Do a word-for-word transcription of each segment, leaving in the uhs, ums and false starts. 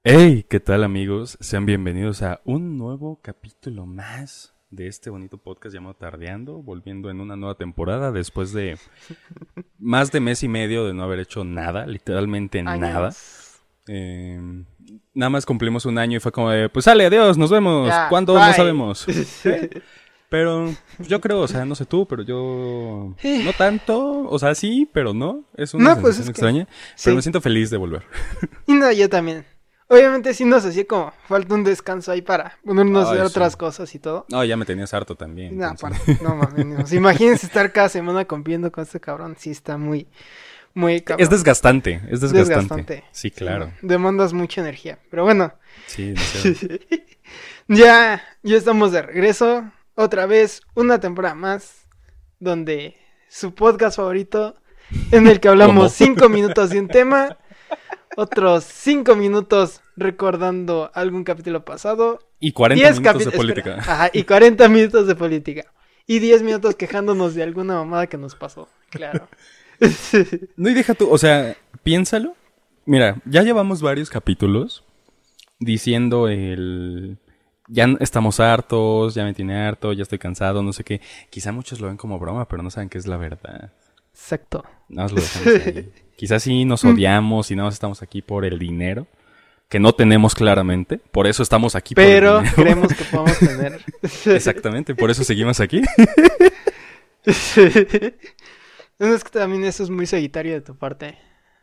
Hey, ¿qué tal amigos? Sean bienvenidos a un nuevo capítulo más de este bonito podcast llamado Tardeando, volviendo en una nueva temporada después de más de mes y medio de no haber hecho nada, literalmente nada. Años. Eh, nada más cumplimos un año y fue como de, pues sale, adiós, nos vemos. Ya, ¿Cuándo? No bye. sabemos. ¿Sí? Pero yo creo, o sea, no sé tú, pero yo no tanto, o sea, sí, pero no. Es una No, pues sensación es que extraña, pero me sí. siento feliz de volver. Y no, yo también. Obviamente sí nos hacía como falta un descanso ahí para ponernos a hacer Ay, sí. otras cosas y todo. No, ya me tenías harto también, Y nada, entonces. aparte, no mames, no. Imagínense estar cada semana conviviendo con este cabrón. Sí está muy, muy Es cabrón. desgastante, es desgastante. Desgastante. Sí, Sí, claro. demandas mucha energía. Pero bueno, Sí, demasiado. ya, ya estamos de regreso. Otra vez, una temporada más. Donde su podcast favorito, en el que ¿Cómo? hablamos cinco minutos de un tema. Otros cinco minutos recordando algún capítulo pasado. Y cuarenta diez minutos capi- de política. espera, ajá, y cuarenta minutos de política. Y diez minutos quejándonos de alguna mamada que nos pasó. Claro. No, y deja tú, o sea, piénsalo. Mira, ya llevamos varios capítulos diciendo el... Ya n- estamos hartos, ya me tiene harto, ya estoy cansado, no sé qué. Quizá muchos lo ven como broma, pero no saben qué es la verdad. Exacto. Nada más lo dejamos ahí. Quizás sí nos odiamos y nada más estamos aquí por el dinero, que no tenemos claramente. Por eso estamos aquí por el Pero dinero. creemos que podemos tener. Exactamente, por eso seguimos aquí. No, es que también eso es muy sagitario de tu parte.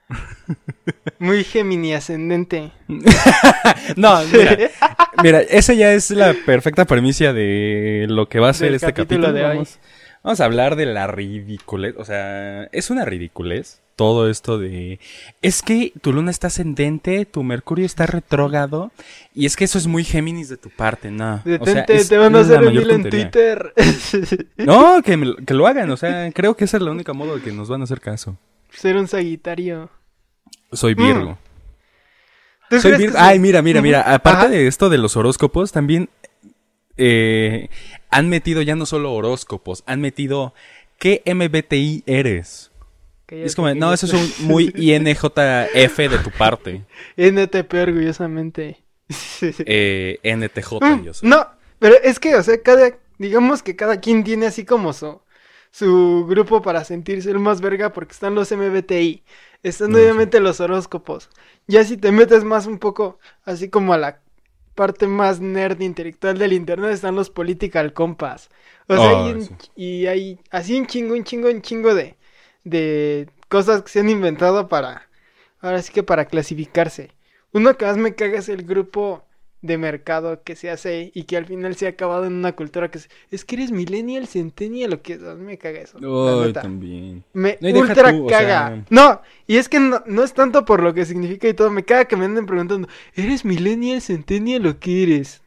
Muy Gemini ascendente. No, mira, mira, esa ya es la perfecta premisa de lo que va a ser Del este capítulo capítulo. de hoy. Vamos, vamos a hablar de la ridiculez. O sea, es una ridiculez todo esto de... Es que tu luna está ascendente, tu Mercurio está retrógrado, y es que eso es muy Géminis de tu parte, no. O sea, Detente, es te van a la hacer el mayor hilo en tontería. Twitter. No, que, me- que lo hagan, o sea, creo que ese es el único modo de que nos van a hacer caso. Ser un sagitario. Soy Mm. Virgo. ¿Tú Soy crees Virgo. que sí? Ay, mira, mira, mira. Ujú. Aparte Ajá. de esto de los horóscopos, también eh, han metido ya no solo horóscopos, han metido ¿qué M B T I eres? Y Cállate, es como, que no, yo eso es estoy- un muy I N J F de tu parte. N T P orgullosamente. Eh, N T J, Mm, yo soy. no, pero es que, o sea, cada, digamos que cada quien tiene así como su, su grupo para sentirse el más verga porque están los M B T I, están No, obviamente los horóscopos. Ya si te metes más un poco así como a la parte más nerd intelectual del internet están los political compass. O sea, Oh, hay un- sí. y hay así un chingo, un chingo, un chingo de, de cosas que se han inventado para, ahora sí que para clasificarse. Uno que más me caga es el grupo de mercado que se hace y que al final se ha acabado en una cultura que es, es que eres millennial, centennial, lo que a mí me caga eso, la Ay, neta. también. Me No, y deja ultra tú, o caga. sea, No, y es que no, no es tanto por lo que significa y todo, me caga que me anden preguntando, ¿eres millennial, centennial o qué eres?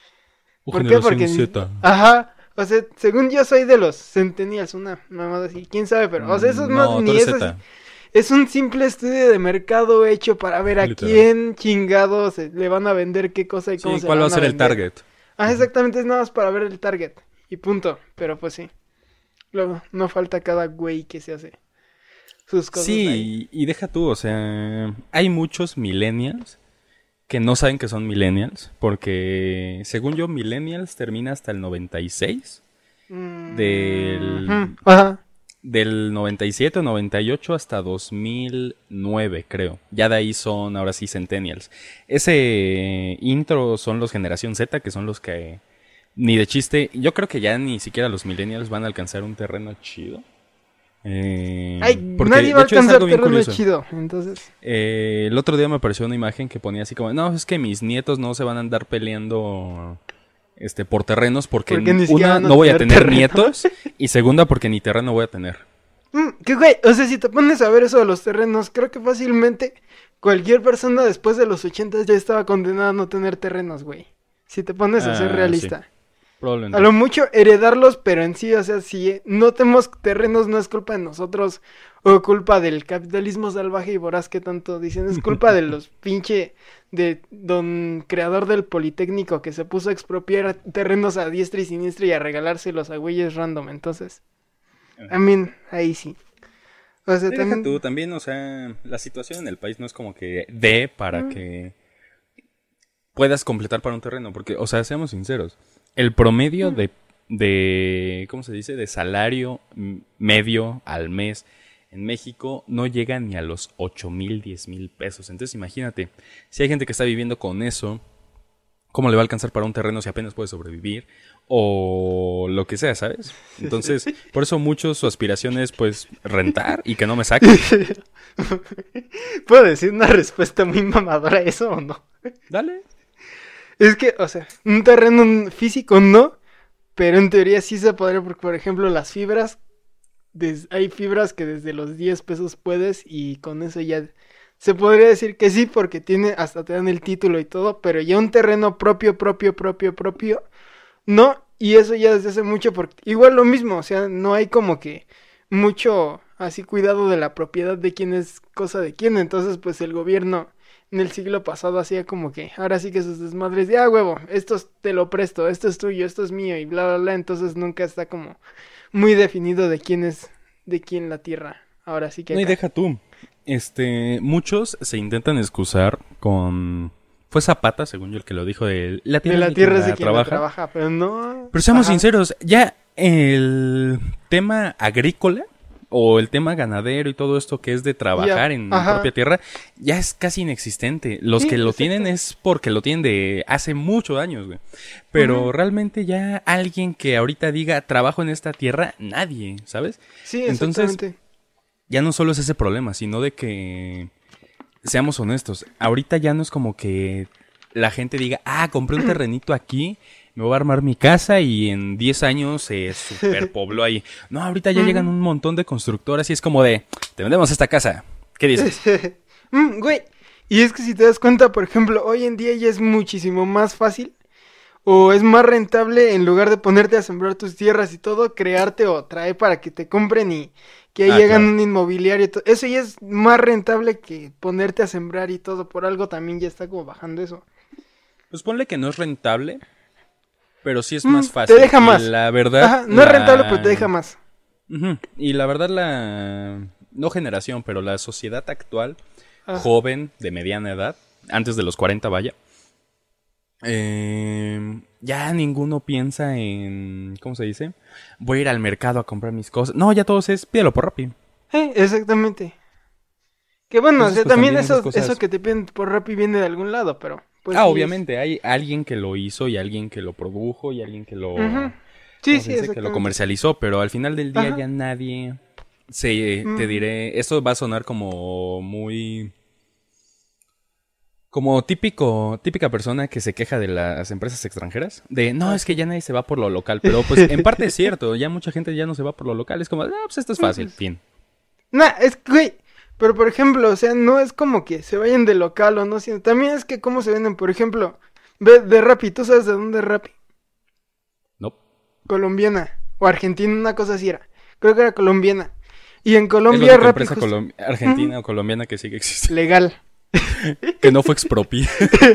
o ¿Por qué? generación Porque ni- Z. Ajá. O sea, según yo soy de los centennials, una mamada así, quién sabe, pero, o sea, eso es Mm, más, No, tú ni eres eso Z. es un simple estudio de mercado hecho para ver a Literal. quién chingados le van a vender qué cosa y cómo Sí, se ¿cuál la va a van ser el vender. target? Ah, exactamente, es nada más para ver el target. Y punto. Pero pues sí. Luego, no falta cada güey que se hace sus cosas ahí. Sí, y deja tú, o sea, hay muchos millennials que no saben que son millennials, porque según yo, millennials termina hasta el noventa y seis, Mm, del, ujú, ajá. del noventa y siete o noventa y ocho hasta dos mil nueve, creo. Ya de ahí son ahora sí centennials. Ese intro son los generación Z, que son los que ni de chiste, yo creo que ya ni siquiera los millennials van a alcanzar un terreno chido. Eh, Ay, porque nadie va de a hecho es alcanzar algo bien terreno curioso. chido. Entonces, Eh, el otro día me apareció una imagen que ponía así como, no, es que mis nietos no se van a andar peleando este, por terrenos porque, Porque ni siquiera una, van a no voy a tener tener terreno. nietos y segunda porque ni terreno voy a tener. mm, que güey, o sea, si te pones a ver eso de los terrenos, creo que fácilmente cualquier persona después de los ochenta ya estaba condenada a no tener terrenos, güey. Si te pones a ser Ah, realista. Probablemente. A lo mucho heredarlos, pero en sí, o sea, si no tenemos terrenos no es culpa de nosotros o culpa del capitalismo salvaje y voraz que tanto dicen, es culpa de los pinche de don creador del Politécnico que se puso a expropiar terrenos a diestra y siniestra y a regalárselos a güeyes random, entonces, I mean, ahí sí. O sea, Sí, deja también... tú, también, o sea, la situación en el país no es como que dé para Mm. que puedas completar para un terreno. Porque, o sea, seamos sinceros, el promedio de, de, ¿cómo se dice? De salario medio al mes en México no llega ni a los ocho mil, diez mil pesos. Entonces imagínate, si hay gente que está viviendo con eso, ¿cómo le va a alcanzar para un terreno si apenas puede sobrevivir? O lo que sea, ¿sabes? Entonces, por eso muchos su aspiración es, pues, rentar y que no me saquen. ¿Puedo decir una respuesta muy mamadora a eso o no? Dale. Es que, o sea, un terreno físico no, pero en teoría sí se podría, porque, por ejemplo, las fibras, des- hay fibras que desde los diez pesos puedes y con eso ya se podría decir que sí, porque tiene, hasta te dan el título y todo, pero ya un terreno propio, propio, propio, propio, no, y eso ya desde hace mucho, porque igual lo mismo, o sea, no hay como que mucho así cuidado de la propiedad de quién es cosa de quién, entonces pues el gobierno en el siglo pasado hacía como que, ahora sí que sus desmadres de, ah, huevo, esto es- te lo presto, esto es tuyo, esto es mío y bla, bla, bla, entonces nunca está como muy definido de quién es, de quién la tierra, ahora sí que No, y acá. deja tú. Este, muchos se intentan excusar con... Fue Zapata, según yo, el que lo dijo, de la De tierra es la de tierra quien es de la quien la trabaja. trabaja, pero no. Pero seamos Ajá. sinceros, ya el tema agrícola o el tema ganadero y todo esto que es de trabajar Ya, en ajá. propia tierra, ya es casi inexistente. Los Sí, que lo exacto. tienen es porque lo tienen de hace muchos años, güey. Pero Ujú. realmente ya alguien que ahorita diga trabajo en esta tierra, nadie, ¿sabes? Sí, Entonces, exactamente. ya no solo es ese problema, sino de que, seamos honestos, ahorita ya no es como que la gente diga, ah, compré un terrenito aquí, me voy a armar mi casa y en diez años se superpobló ahí. No, ahorita ya llegan Ujú. un montón de constructoras y es como de, te vendemos esta casa. ¿Qué dices? Mm, güey, y es que si te das cuenta, por ejemplo, hoy en día ya es muchísimo más fácil o es más rentable en lugar de ponerte a sembrar tus tierras y todo, crearte o traer para que te compren y que ahí Ah, llegan claro. un inmobiliario. y to- Eso ya es más rentable que ponerte a sembrar y todo. Por algo también ya está como bajando eso. Pues ponle que no es rentable, pero sí es Mm, más te fácil. deja Y más. la verdad, Ajá, no es rentable, pero te deja la... más. Ujú. Y la verdad, la... No generación, pero la sociedad actual, Ah, joven, de mediana edad, antes de los cuarenta, vaya, eh, ya ninguno piensa en... ¿Cómo se dice? Voy a ir al mercado a comprar mis cosas. No, ya todos es, pídelo por Rappi. eh, exactamente. Que bueno, o Entonces, sea, pues también también esas eso, eso cosas... que te piden por Rappi viene de algún lado, pero pues Ah, sí es. obviamente, hay alguien que lo hizo y alguien que lo produjo y alguien que lo... Ujú. Sí, ¿Cómo se sí, dice? Que lo exactamente. comercializó, pero al final del día Ajá. ya nadie... Se, te Ujú. diré, esto va a sonar como muy... Como típico, típica persona que se queja de las empresas extranjeras, de no, Ah, es que sí. ya nadie se va por lo local, pero pues en parte es cierto, ya mucha gente ya no se va por lo local, es como, ah, pues esto es fácil, fin. Nah, es que, güey, pero por ejemplo, o sea, no es como que se vayan de local o no, sino también es que cómo se venden, por ejemplo, ve de Rappi, ¿tú sabes de dónde es Rappi? No, Colombiana o argentina, una cosa así era. Creo que era colombiana. Y en es la Colombia única Rappi empresa justo- colom- argentina o colombiana que sigue existiendo, legal. que no fue expropiada.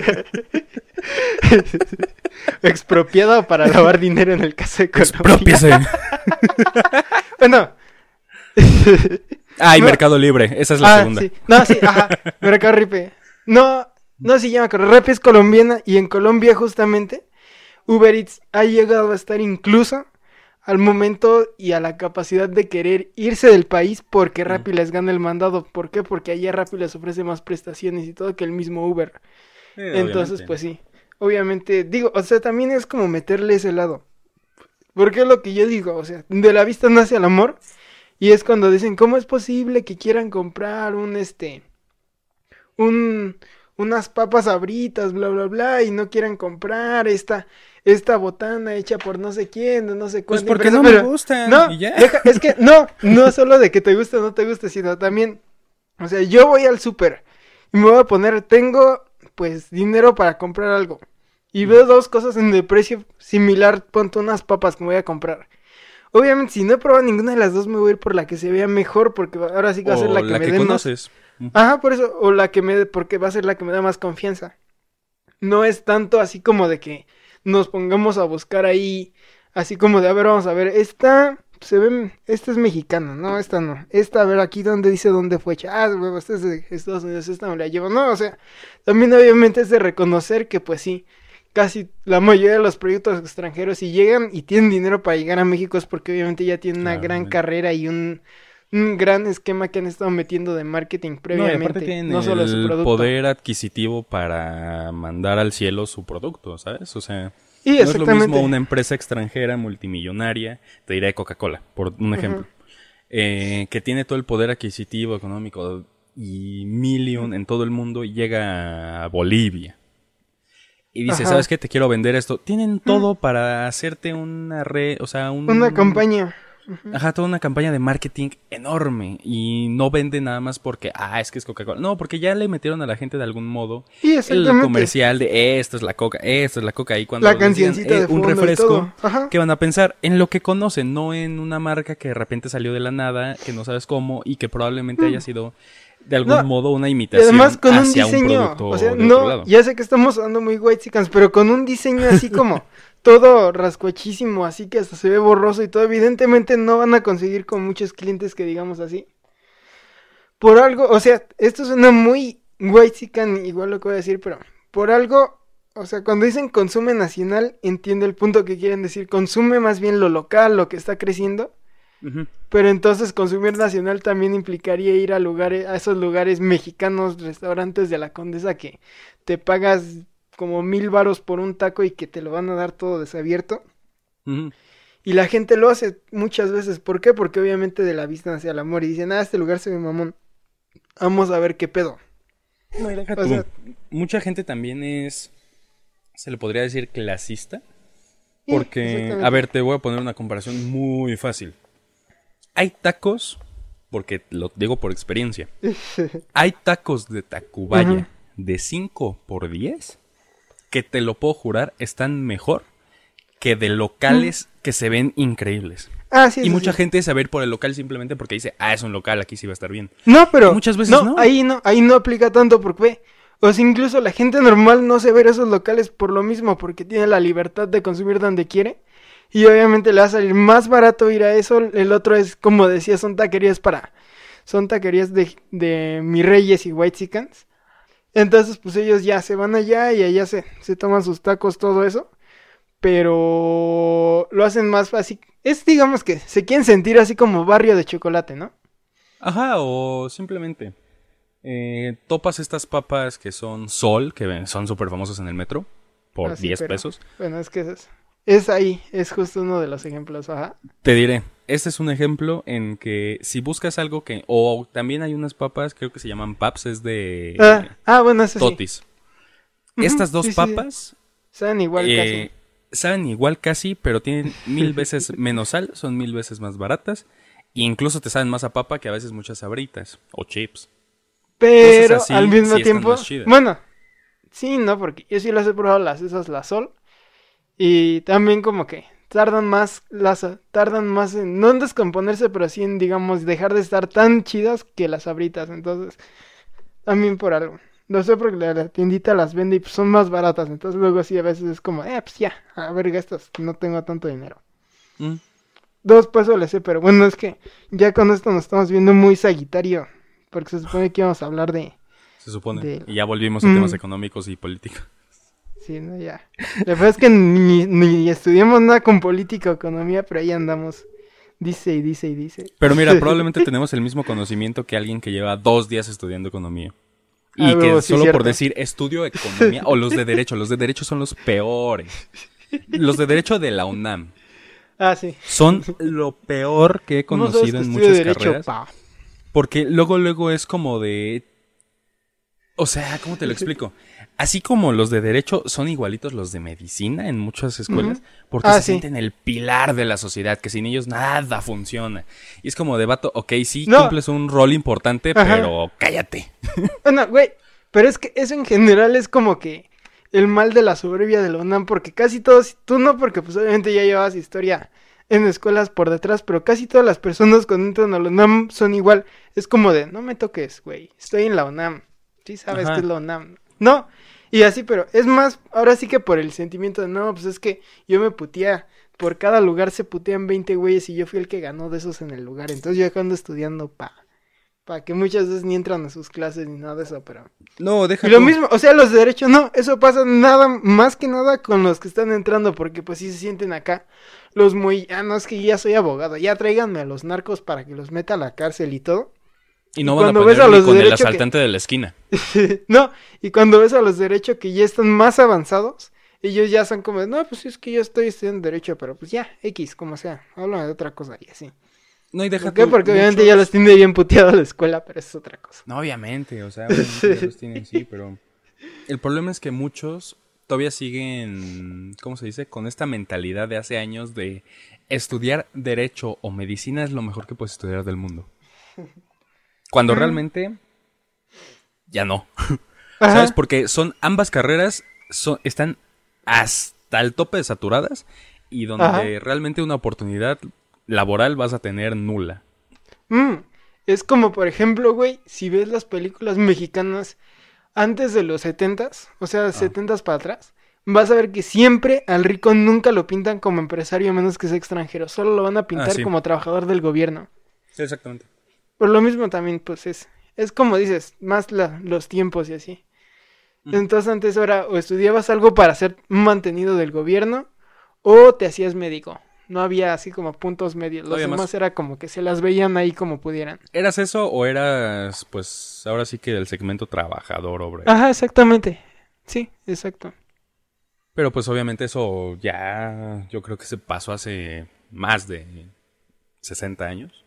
Expropiado para lavar dinero en el caso de Colombia. Expropiese. Bueno. Ah, y No. Mercado Libre, esa es la Ah, segunda. sí. No, sí, ajá. Mercado Ripe. No, no, sí, ya me acuerdo. Rappi es colombiana y en Colombia justamente Uber Eats ha llegado a estar incluso al momento y a la capacidad de querer irse del país porque Mm. Rappi les gana el mandado. ¿Por qué? Porque allá Rappi les ofrece más prestaciones y todo que el mismo Uber. Eh, Entonces, obviamente. pues sí. Obviamente, digo, o sea, también es como meterle ese lado. Porque es lo que yo digo, o sea, de la vista nace el amor. Y es cuando dicen, ¿cómo es posible que quieran comprar un, este, un, unas papas Sabritas, bla, bla, bla, y no quieran comprar esta, esta botana hecha por no sé quién, de no sé Pues cuánta porque empresa, no me pero- gustan, No, y ya. deja- es que no, no solo de que te guste o no te guste, sino también, o sea, yo voy al súper y me voy a poner, tengo, pues, dinero para comprar algo. Y veo dos cosas en de precio similar, ponte unas papas que me voy a comprar. Obviamente, si no he probado ninguna de las dos, me voy a ir por la que se vea mejor, porque va- ahora sí que va a ser O la que la me que dé más. conoces. Ajá, por eso, o la que me dé, porque va a ser la que me da más confianza. No es tanto así como de que nos pongamos a buscar ahí, así como de, a ver, vamos a ver, esta se ven, esta es mexicana, no, esta no, esta, a ver, aquí donde dice dónde fue hecha, ah, huevo, esta es de Estados Unidos, esta me la llevo, no, o sea, también obviamente es de reconocer que pues sí, casi la mayoría de los proyectos extranjeros si llegan y tienen dinero para llegar a México es porque obviamente ya tienen una Claro, gran man. carrera y un, un gran esquema que han estado metiendo de marketing No, y previamente, aparte tienen no solo su el producto. poder adquisitivo para mandar al cielo su producto, ¿sabes? O sea, Y no es lo exactamente. mismo una empresa extranjera multimillonaria, te diré Coca-Cola, por un ejemplo, eh, que tiene todo el poder adquisitivo, económico y million en todo el mundo y llega a Bolivia. Y dice, Ajá. ¿sabes qué? Te quiero vender esto. Tienen todo para hacerte una red, o sea, un... Una campaña. Ajá, toda una campaña de marketing enorme. Y no vende nada más porque, ah, es que es Coca-Cola. No, porque ya le metieron a la gente de algún modo Y el exactamente. comercial de esto es la coca, esto es la coca. Y cuando La les digan, cancioncita eh, de un fondo y refresco, todo. Ajá. ¿qué van a pensar? En lo que conocen, no en una marca que de repente salió de la nada, que no sabes cómo y que probablemente haya sido de algún No, modo una Y imitación además con un hacia un, diseño, producto o sea, de otro no, lado. ya sé que estamos hablando muy whitexicans, pero con un diseño así como todo rascuachísimo, así que hasta se ve borroso y todo, evidentemente no van a conseguir con muchos clientes que digamos así. Por algo, o sea, esto suena muy whitexican, igual lo que voy a decir, pero por algo, o sea, cuando dicen consume nacional, entiendo el punto que quieren decir, consume más bien lo local, lo que está creciendo. Ujú. Pero entonces consumir nacional también implicaría ir a lugares, a esos lugares mexicanos, restaurantes de la Condesa que te pagas como mil varos por un taco y que te lo van a dar todo desabierto. Ujú. Y la gente lo hace muchas veces. ¿Por qué? Porque obviamente de la vista hacia el amor y dicen, ah, este lugar se ve mamón. Vamos a ver qué pedo. No, y deja O tú. sea- Mucha gente también es, se le podría decir clasista. Sí, Porque, exactamente. a ver, te voy a poner una comparación muy fácil. Hay tacos, porque lo digo por experiencia, hay tacos de Tacubaya Ujú. de cinco por diez que te lo puedo jurar están mejor que de locales que se ven increíbles. Ah, sí, Y sí, mucha sí. gente sabe ir por el local simplemente porque dice, ah, es un local, aquí sí va a estar bien. No, pero Y muchas veces no, no. ahí no, ahí no aplica tanto porque ve, o sea, incluso la gente normal no se ve esos locales por lo mismo, porque tiene la libertad de consumir donde quiere. Y obviamente le va a salir más barato ir a eso. El otro es, como decía, son taquerías para, son taquerías de, de mis reyes y whitexicans. Entonces, pues ellos ya se van allá y allá se, se toman sus tacos, todo eso. Pero lo hacen más fácil. Es, digamos que se quieren sentir así como barrio de chocolate, ¿no? Ajá, o simplemente eh, topas estas papas que son Sol, que son súper famosas en el metro, por Así, diez pero, pesos. Bueno, es que es, es ahí, es justo uno de los ejemplos, ajá. Te diré, este es un ejemplo en que si buscas algo que... O también hay unas papas, creo que se llaman Paps, es de Ah, ah, bueno, eso sí. Totis. Estas dos sí, sí, papas Saben igual eh, casi. saben igual casi, pero tienen mil veces menos sal, son mil veces más baratas. E incluso te saben más a papa que a veces muchas sabritas o chips. Pero así al mismo sí están tiempo, más chidas. bueno, sí, no, porque yo sí las he probado las esas, la Sol. Y también como que tardan más, las tardan más en, no en descomponerse, pero sí en, digamos, dejar de estar tan chidas que las sabritas. Entonces, también por algo. Lo sé porque la, la tiendita las vende y pues son más baratas. Entonces luego sí a veces es como, eh, pues ya, a ver, gastas, no tengo tanto dinero. Mm, Dos pesos le sé, pero bueno, es que ya con esto nos estamos viendo muy sagitario. Porque se supone que íbamos a hablar de... se supone. de- Y ya volvimos a Mm. temas económicos y políticos. Sí, no, ya. La verdad es que ni, ni estudiamos nada con política o economía, pero ahí andamos. Dice y dice y dice. Pero mira, probablemente tenemos el mismo conocimiento que alguien que lleva dos días estudiando economía. Y Ah, que huevo, sí, solo cierto. por decir estudio economía, o los de derecho, los de derecho son los peores. Los de derecho de la UNAM Ah, sí. son lo peor que he ¿Cómo sabes conocido que en estudio muchas derecho, carreras. pa? Porque luego, luego es como de... O sea, ¿cómo te lo explico? Así como los de derecho son igualitos los de medicina en muchas escuelas, Ujú. porque Ah, se sí. sienten el pilar de la sociedad, que sin ellos nada funciona. Y es como de vato, ok, sí, No. cumples un rol importante, Ajá. pero cállate. Bueno, güey, pero es que eso en general es como que el mal de la soberbia de la UNAM, porque casi todos, tú no, porque pues obviamente ya llevabas historia en escuelas por detrás, pero casi todas las personas cuando entran a la UNAM son igual. Es como de, no me toques, güey, estoy en la UNAM. Sí sabes Ajá. que es la UNAM. No, y así, pero es más, ahora sí que por el sentimiento de, no, pues es que yo me puteé por cada lugar se putean veinte güeyes y yo fui el que ganó de esos en el lugar. Entonces yo acá ando estudiando pa, pa que muchas veces ni entran a sus clases ni nada de eso, pero... No, deja Y lo tú. mismo, o sea, los de derecho, no, eso pasa nada, más que nada con los que están entrando, porque pues sí se sienten acá los muy, ah, no, es que ya soy abogado, ya tráiganme a los narcos para que los meta a la cárcel y todo. Y no y van a cuando poner ves a ni los de con el derecho que- asaltante de la esquina. No, y cuando ves a los de derecho que ya están más avanzados, ellos ya son como, no, pues es que yo estoy estudiando derecho, pero pues ya, X, como sea, háblame de otra cosa y así. No, y deja ¿Por qué? tú, Porque obviamente muchos- ya los tiene bien puteado la escuela, pero eso es otra cosa. No, obviamente, o sea, obviamente ya los tienen, sí, pero... El problema es que muchos todavía siguen, ¿cómo se dice? Con esta mentalidad de hace años de estudiar derecho o medicina es lo mejor que puedes estudiar del mundo. Cuando realmente ya no. Ajá. ¿Sabes? Porque son ambas carreras son, están hasta el tope de saturadas y donde Ajá. realmente una oportunidad laboral vas a tener nula. Mm, es como, por ejemplo, güey, si ves las películas mexicanas antes de los setentas, o sea, setentas para atrás, vas a ver que siempre al rico nunca lo pintan como empresario a menos que sea extranjero, solo lo van a pintar Ah, sí. como trabajador del gobierno. Sí, exactamente. Por lo mismo también, pues es, es como dices, más la- los tiempos y así. Mm. Entonces antes era o estudiabas algo para ser mantenido del gobierno o te hacías médico. No había así como puntos medios. Los No había demás más. era como que se las veían ahí como pudieran. ¿Eras eso o eras, pues, ahora sí que del segmento trabajador obrero? Ajá, exactamente. Sí, exacto. Pero pues obviamente eso ya yo creo que se pasó hace más de sesenta años.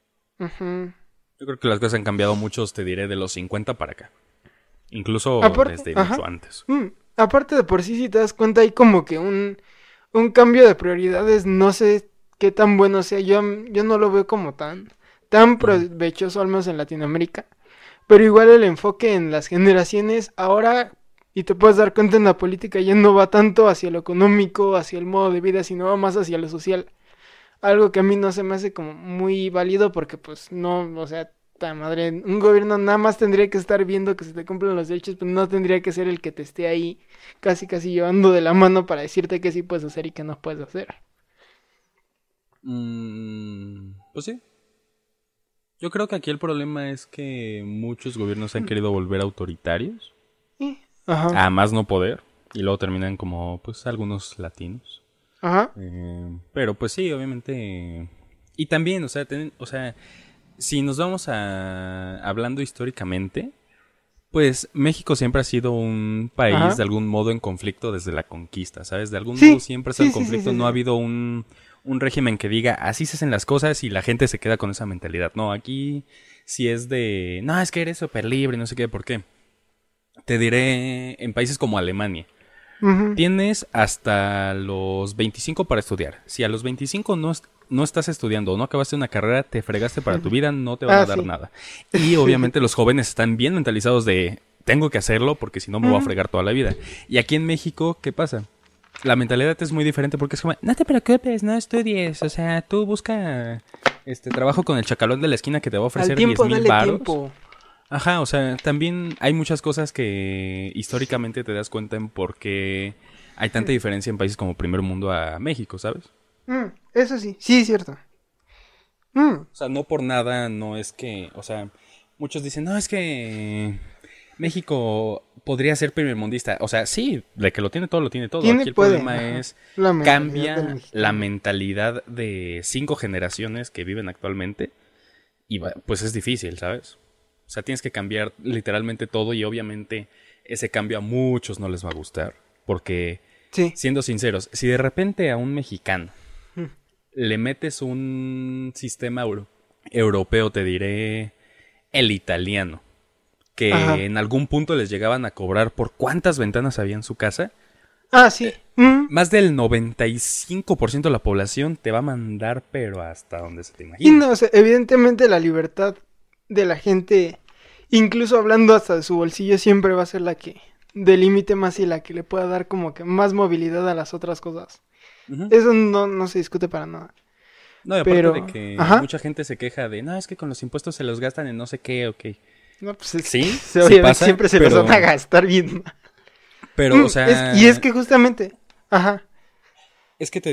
Ujú. Yo creo que las cosas han cambiado mucho, te diré, de los cincuenta para acá. Incluso Aparte- desde ajá. mucho antes. Mm, aparte de por sí, si te das cuenta, hay como que un, un cambio de prioridades. No sé qué tan bueno sea. Yo, yo no lo veo como tan, tan provechoso, al menos en Latinoamérica. Pero igual el enfoque en las generaciones ahora, y te puedes dar cuenta en la política, ya no va tanto hacia lo económico, hacia el modo de vida, sino va más hacia lo social. Algo que a mí no se me hace como muy válido porque pues no, o sea, ta madre, un gobierno nada más tendría que estar viendo que se te cumplen los derechos, pero no tendría que ser el que te esté ahí casi casi llevando de la mano para decirte que sí puedes hacer y que no puedes hacer. Mm, pues sí. Yo creo que aquí el problema es que muchos gobiernos se han querido volver autoritarios. Y- Ajá, A más no poder. Y luego terminan como, pues, algunos latinos. ajá, Eh, pero pues sí, obviamente. Y también, o sea, ten- o sea, si nos vamos a hablando históricamente, pues México siempre ha sido un país Ajá. de algún modo en conflicto desde la conquista, ¿sabes? De algún Sí, modo siempre ha estado sí, en sí, sí, conflicto, sí, no sí. ha habido un, un régimen que diga así se hacen las cosas y la gente se queda con esa mentalidad. No, aquí sí es de, no, es que eres súper libre, no sé qué, ¿por qué? Te diré, en países como Alemania, ujú, tienes hasta los veinticinco para estudiar. Si a los veinticinco no, est- no estás estudiando o no acabaste una carrera, te fregaste para tu vida, no te van Ah, a dar sí. nada. Y obviamente los jóvenes están bien mentalizados de tengo que hacerlo porque si no me voy a Ujú. fregar toda la vida. Y aquí en México, ¿qué pasa? La mentalidad es muy diferente porque es como, no te preocupes, no estudies, o sea, tú busca este trabajo con el chacalón de la esquina que te va a ofrecer al diez tiempo mil dale baros. tiempo. Ajá, o sea, también hay muchas cosas que históricamente te das cuenta en por qué hay tanta diferencia en países como Primer Mundo a México, ¿sabes? Mm, eso sí, sí, es cierto. Mm, O sea, no por nada, no es que, o sea, muchos dicen, no, es que México podría ser primermundista. O sea, sí, de que lo tiene todo, lo tiene todo. Tiene, Aquí el puede, problema ajá. es, La mentalidad del cambia mexicano. la mentalidad de cinco generaciones que viven actualmente y va- pues es difícil, ¿sabes? O sea, tienes que cambiar literalmente todo y obviamente ese cambio a muchos no les va a gustar. Porque, Sí. siendo sinceros, si de repente a un mexicano Mm. le metes un sistema euro- europeo, te diré el italiano, que Ajá. en algún punto les llegaban a cobrar por cuántas ventanas había en su casa, Ah, sí. Mm, más del noventa y cinco por ciento de la población te va a mandar, pero hasta donde se te Y imagine. no, o sea, evidentemente la libertad de la gente, incluso hablando hasta de su bolsillo, siempre va a ser la que delimite más y la que le pueda dar como que más movilidad a las otras cosas. Ujú. Eso no, no se discute para nada. No, y aparte pero- de que ajá. mucha gente se queja de, no, es que con los impuestos se los gastan en no sé qué, ok. No, pues es- Sí, sí, sí obviamente pasa, siempre se pero- los van a gastar bien mal. Pero, Mm, o sea... es- y es que justamente, ajá, Es que te diré,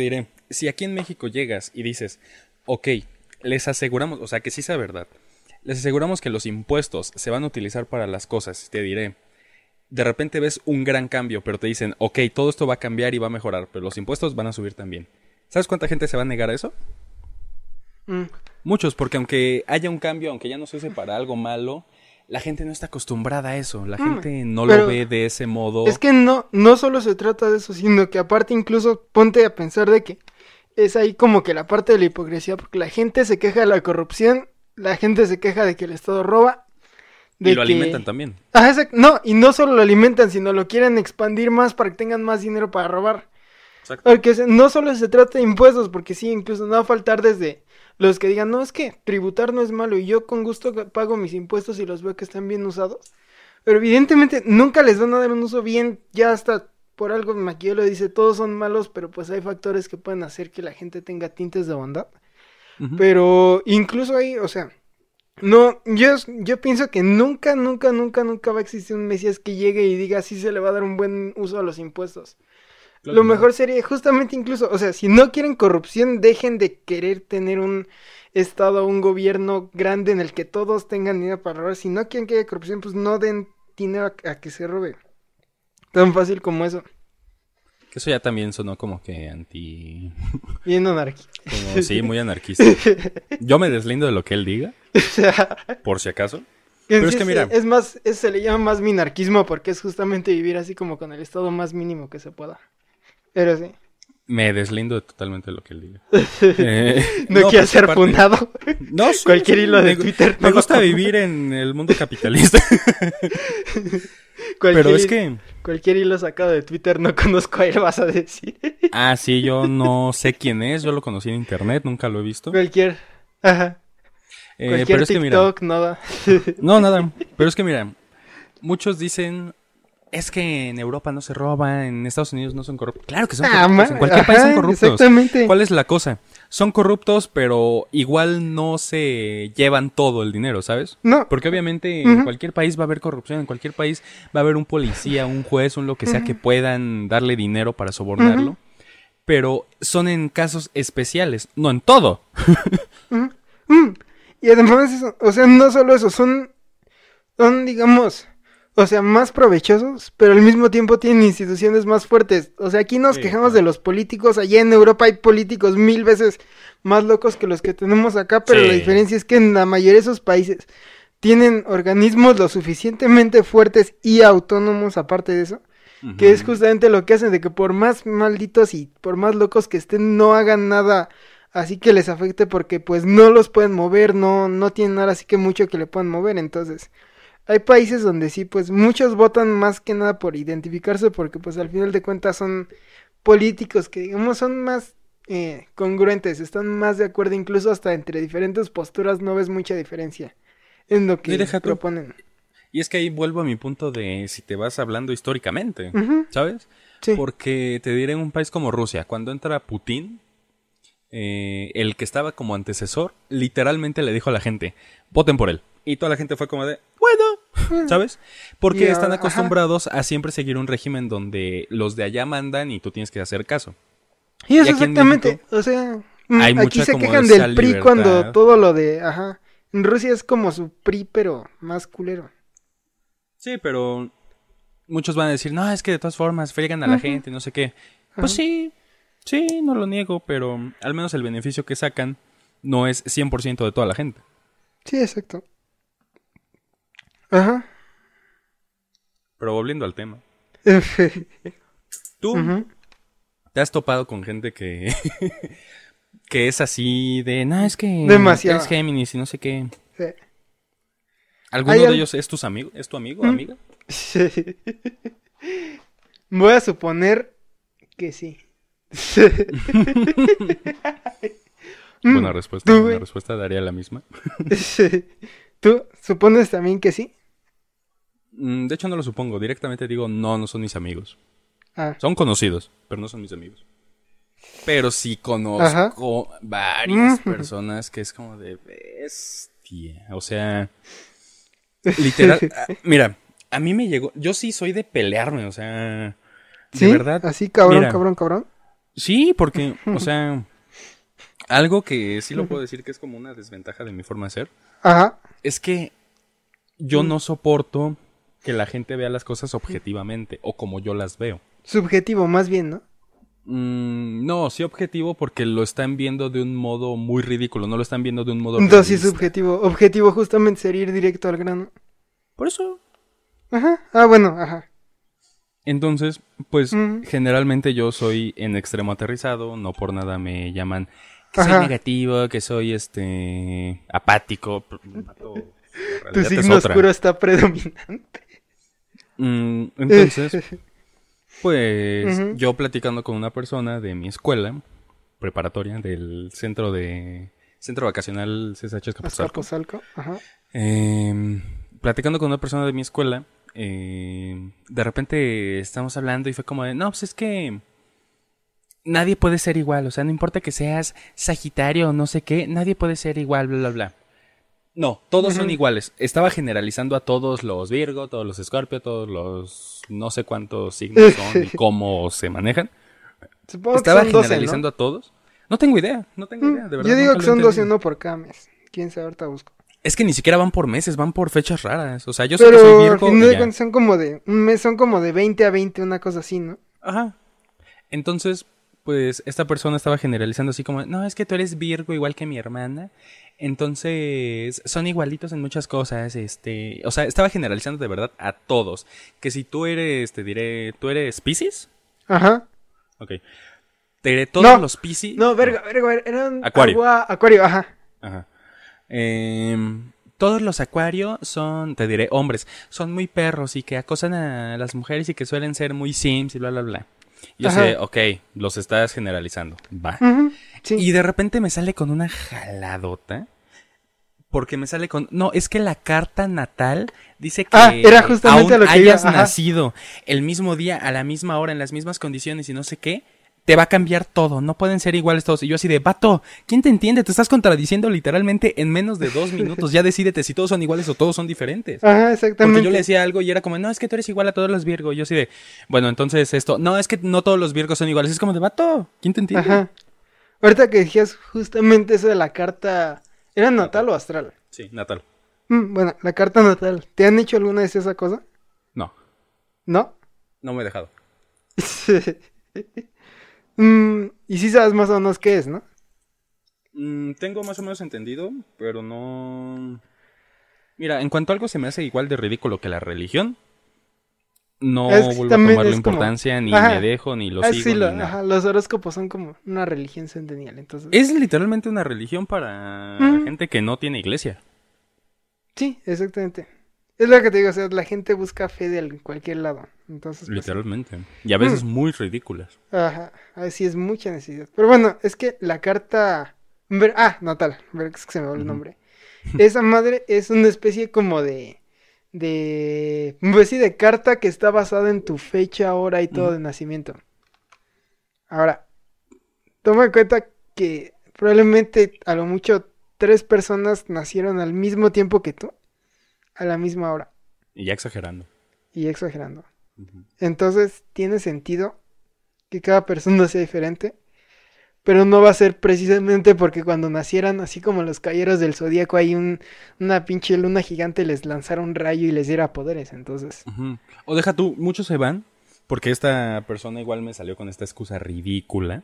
si aquí en México llegas y dices, ok, les aseguramos, o sea, que sí sea verdad, les aseguramos que los impuestos se van a utilizar para las cosas, te diré, de repente ves un gran cambio, pero te dicen, ok, todo esto va a cambiar y va a mejorar, pero los impuestos van a subir también. ¿Sabes cuánta gente se va a negar a eso? Mm. Muchos, porque aunque haya un cambio, aunque ya no se use para algo malo, la gente no está acostumbrada a eso. La Mm, gente no pero lo ve de ese modo. Es que no, no solo se trata de eso, sino que aparte incluso ponte a pensar de que es ahí como que la parte de la hipocresía, porque la gente se queja de la corrupción, la gente se queja de que el Estado roba. De Y lo que... alimentan también. Ajá, exact- no, y no solo lo alimentan, sino lo quieren expandir más para que tengan más dinero para robar. Exacto. Porque se- no solo se trata de impuestos, porque sí, incluso no va a faltar desde los que digan, no, es que tributar no es malo y yo con gusto ga- pago mis impuestos y los veo que están bien usados. Pero evidentemente nunca les van a dar un uso bien, ya hasta por algo Maquiavelo dice, todos son malos, pero pues hay factores que pueden hacer que la gente tenga tintes de bondad. Ujú. Pero incluso ahí, o sea, no, yo, yo pienso que nunca, nunca, nunca, nunca va a existir un Mesías que llegue y diga, sí se le va a dar un buen uso a los impuestos. Claro Lo que no. mejor sería justamente incluso, o sea, si no quieren corrupción, dejen de querer tener un estado, un gobierno grande en el que todos tengan dinero para robar. Si no quieren que haya corrupción, pues no den dinero a, a que se robe. Tan fácil como eso. Que eso ya también sonó como que anti... Bien anarquía. Como, sí, muy anarquista. Yo me deslindo de lo que él diga, O sea, por si acaso. en Pero sí es que es- mira, es más, es- se le llama más minarquismo porque es justamente vivir así como con el estado más mínimo que se pueda. Pero sí. me deslindo de totalmente de lo que él diga. Eh, No, pero quiero es que ser aparte- fundado. No, sí, Cualquier sí, hilo de me, Twitter. Me no gusta lo- vivir en el mundo capitalista. Cualquier, Pero es que... Cualquier hilo sacado de Twitter no conozco a él, vas a decir. Ah, sí, yo no sé quién es. Yo lo conocí en internet, nunca lo he visto. Cualquier. Ajá. Eh, Cualquier pero es que mira... TikTok, nada. No, nada. Pero es que mira, muchos dicen... Es que en Europa no se roba, en Estados Unidos no son corruptos. Claro que son Ah, corruptos, ma- en cualquier ajá, país son corruptos. exactamente. ¿Cuál es la cosa? Son corruptos, pero igual no se llevan todo el dinero, ¿sabes? No. Porque obviamente en Ujú. cualquier país va a haber corrupción, en cualquier país va a haber un policía, un juez, un lo que sea que puedan darle dinero para sobornarlo. Ujú. Pero son en casos especiales, no en todo. Mm. Y además, eso, o sea, no solo eso, son, son, digamos, o sea, más provechosos, pero al mismo tiempo tienen instituciones más fuertes. O sea, aquí nos Sí, quejamos claro. de los políticos, allá en Europa hay políticos mil veces más locos que los que tenemos acá, pero Sí. la diferencia es que en la mayoría de esos países tienen organismos lo suficientemente fuertes y autónomos, aparte de eso, que es justamente lo que hacen, de que por más malditos y por más locos que estén, no hagan nada así que les afecte, porque pues no los pueden mover, no, no tienen nada así que mucho que le puedan mover. Entonces, hay países donde sí, pues muchos votan más que nada por identificarse, porque pues al final de cuentas son políticos que digamos son más eh, congruentes, están más de acuerdo, incluso hasta entre diferentes posturas no ves mucha diferencia en lo que Y deja tú. proponen. Y es que ahí vuelvo a mi punto de si te vas hablando históricamente, Ujú. ¿sabes? Sí. Porque te diré en un país como Rusia, cuando entra Putin, eh, el que estaba como antecesor, literalmente le dijo a la gente, voten por él. Y toda la gente fue como de, bueno, ¿sabes? Porque Y, están ah, acostumbrados a siempre seguir un régimen donde los de allá mandan y tú tienes que hacer caso. Y eso Y aquí en exactamente, México o sea, mm, hay aquí mucha se como quejan esa del P R I cuando libertad. todo lo de, ajá, en Rusia es como su P R I, pero más culero. Sí, pero muchos van a decir, no, es que de todas formas friegan a la Ujú. gente, no sé qué. Pues Ajá. sí, sí, no lo niego, pero al menos el beneficio que sacan no es cien por ciento de toda la gente. Sí, exacto. Ajá. Pero volviendo al tema, ¿tú Ujú. te has topado con gente que, que es así de, no, es que Demasiado. eres Géminis y no sé qué? Sí. ¿Alguno Hay de al- ellos es tus amigo, es tu amigo, Mm. amiga? Sí. Voy a suponer que sí. Buena Mm, respuesta, tú, buena güey. respuesta, daría la misma. ¿Tú supones también que sí? Mm, De hecho no lo supongo, directamente digo, no, no son mis amigos. Ah. Son conocidos, pero no son mis amigos. Pero sí Ajá. conozco varias Ujú. personas que es como de bestia. O sea, literal. ah, Mira, a mí me llegó. Yo sí soy de pelearme, o sea. ¿Sí? De verdad. Así, cabrón, mira, cabrón, cabrón. Sí, porque, o sea, algo que sí lo puedo decir que es como una desventaja de mi forma de ser, Ajá. es que yo no soporto que la gente vea las cosas objetivamente o como yo las veo. Subjetivo, más bien, ¿no? Mm, no, sí objetivo porque lo están viendo de un modo muy ridículo, no lo están viendo de un modo Entonces sí, realista. subjetivo. Objetivo justamente sería ir directo al grano. Por eso. Ajá. Ah, bueno, ajá. Entonces, pues Ujú. generalmente yo soy en extremo aterrizado, no por nada me llaman que soy Ajá. negativo, que soy este apático. Vato, la Tu realidad es signo otra. oscuro está predominante. Mm, entonces, pues Ujú. yo platicando con una persona de mi escuela preparatoria del centro de centro vacacional C S H Escapotzalco, Azcapotzalco. Ajá. eh, platicando con una persona de mi escuela, eh, de repente estamos hablando y fue como de, no, pues es que nadie puede ser igual, o sea, no importa que seas Sagitario o no sé qué, nadie puede ser igual, bla, bla, bla. No, todos son Ujú. iguales. Estaba generalizando a todos los Virgo, todos los Escorpio, todos los no sé cuántos signos son y cómo se manejan. Supongo Estaba que son doce, generalizando ¿no? a todos. No tengo idea, no tengo idea, Mm, de verdad. Yo digo nunca que lo he son doce, entendido. uno por cada mes. Quién sabe, ahorita busco. Es que ni siquiera van por meses, van por fechas raras. O sea, yo sé que soy Pero al Virgo final y de ya. cuentas son como de. Un mes son como de veinte a veinte, una cosa así, ¿no? Ajá. Entonces, pues esta persona estaba generalizando así como, no, es que tú eres Virgo igual que mi hermana. Entonces, son igualitos en muchas cosas, este, o sea, estaba generalizando de verdad a todos. Que si tú eres, te diré, ¿tú eres Piscis? Ajá. Ok. Te diré todos No. los Piscis. No, verga, verga, verga, eran Acuario. agua, acuario, ajá. Ajá. Em, todos los Acuario son, te diré, hombres, son muy perros y que acosan a las mujeres y que suelen ser muy sims y bla, bla, bla. Yo Ajá. sé, ok, los estás generalizando, va. Ujú, sí. Y de repente me sale con una jaladota. Porque me sale con... No, es que la carta natal dice que Ah, era justamente aún a lo que iba, hayas ajá. nacido el mismo día, a la misma hora, en las mismas condiciones y no sé qué, te va a cambiar todo. No pueden ser iguales todos. Y yo así de, vato, ¿quién te entiende? Te estás contradiciendo literalmente en menos de dos minutos. Ya decídete si todos son iguales o todos son diferentes. Ajá, exactamente. Porque yo le decía algo y era como, no, es que tú eres igual a todos los Virgo. Y yo así de, bueno, entonces esto... No, es que no todos los Virgos son iguales. Es como de, vato, ¿quién te entiende? Ajá. Ahorita que decías justamente eso de la carta. ¿Era natal o astral? Sí, natal. Mm, bueno, la carta natal. ¿Te han hecho alguna vez esa cosa? No, ¿No? no me he dejado. Mm, y sí sabes más o menos qué es, ¿no? Mm, tengo más o menos entendido, pero no... Mira, en cuanto a algo se me hace igual de ridículo que la religión, no Es que vuelvo a también tomarle es como- importancia, ni Ajá. me dejo, ni lo Ah, sigo, sí, lo- ni nada. ajá, los horóscopos son como una religión centenial, entonces... Es literalmente una religión para Mm. gente que no tiene iglesia. Sí, exactamente. Es lo que te digo, o sea, la gente busca fe de al- cualquier lado. Entonces, pues, Literalmente. Y a veces Mm. muy ridículas. ajá, así es mucha necesidad. Pero bueno, es que la carta... ver- Ah, natal, ver, es que se me va el Ujú. nombre. Esa madre es una especie como de... De... Pues sí, de carta que está basada en tu fecha, hora y todo Ujú. de nacimiento. Ahora, toma en cuenta que probablemente a lo mucho tres personas nacieron al mismo tiempo que tú, a la misma hora, Y ya exagerando. y exagerando. Ujú. Entonces tiene sentido que cada persona sea diferente, pero no va a ser precisamente porque cuando nacieran, así como los caballeros del zodíaco, hay un, una pinche luna gigante les lanzara un rayo y les diera poderes. Entonces, Ujú. O deja tú, muchos se van, porque esta persona igual me salió con esta excusa ridícula.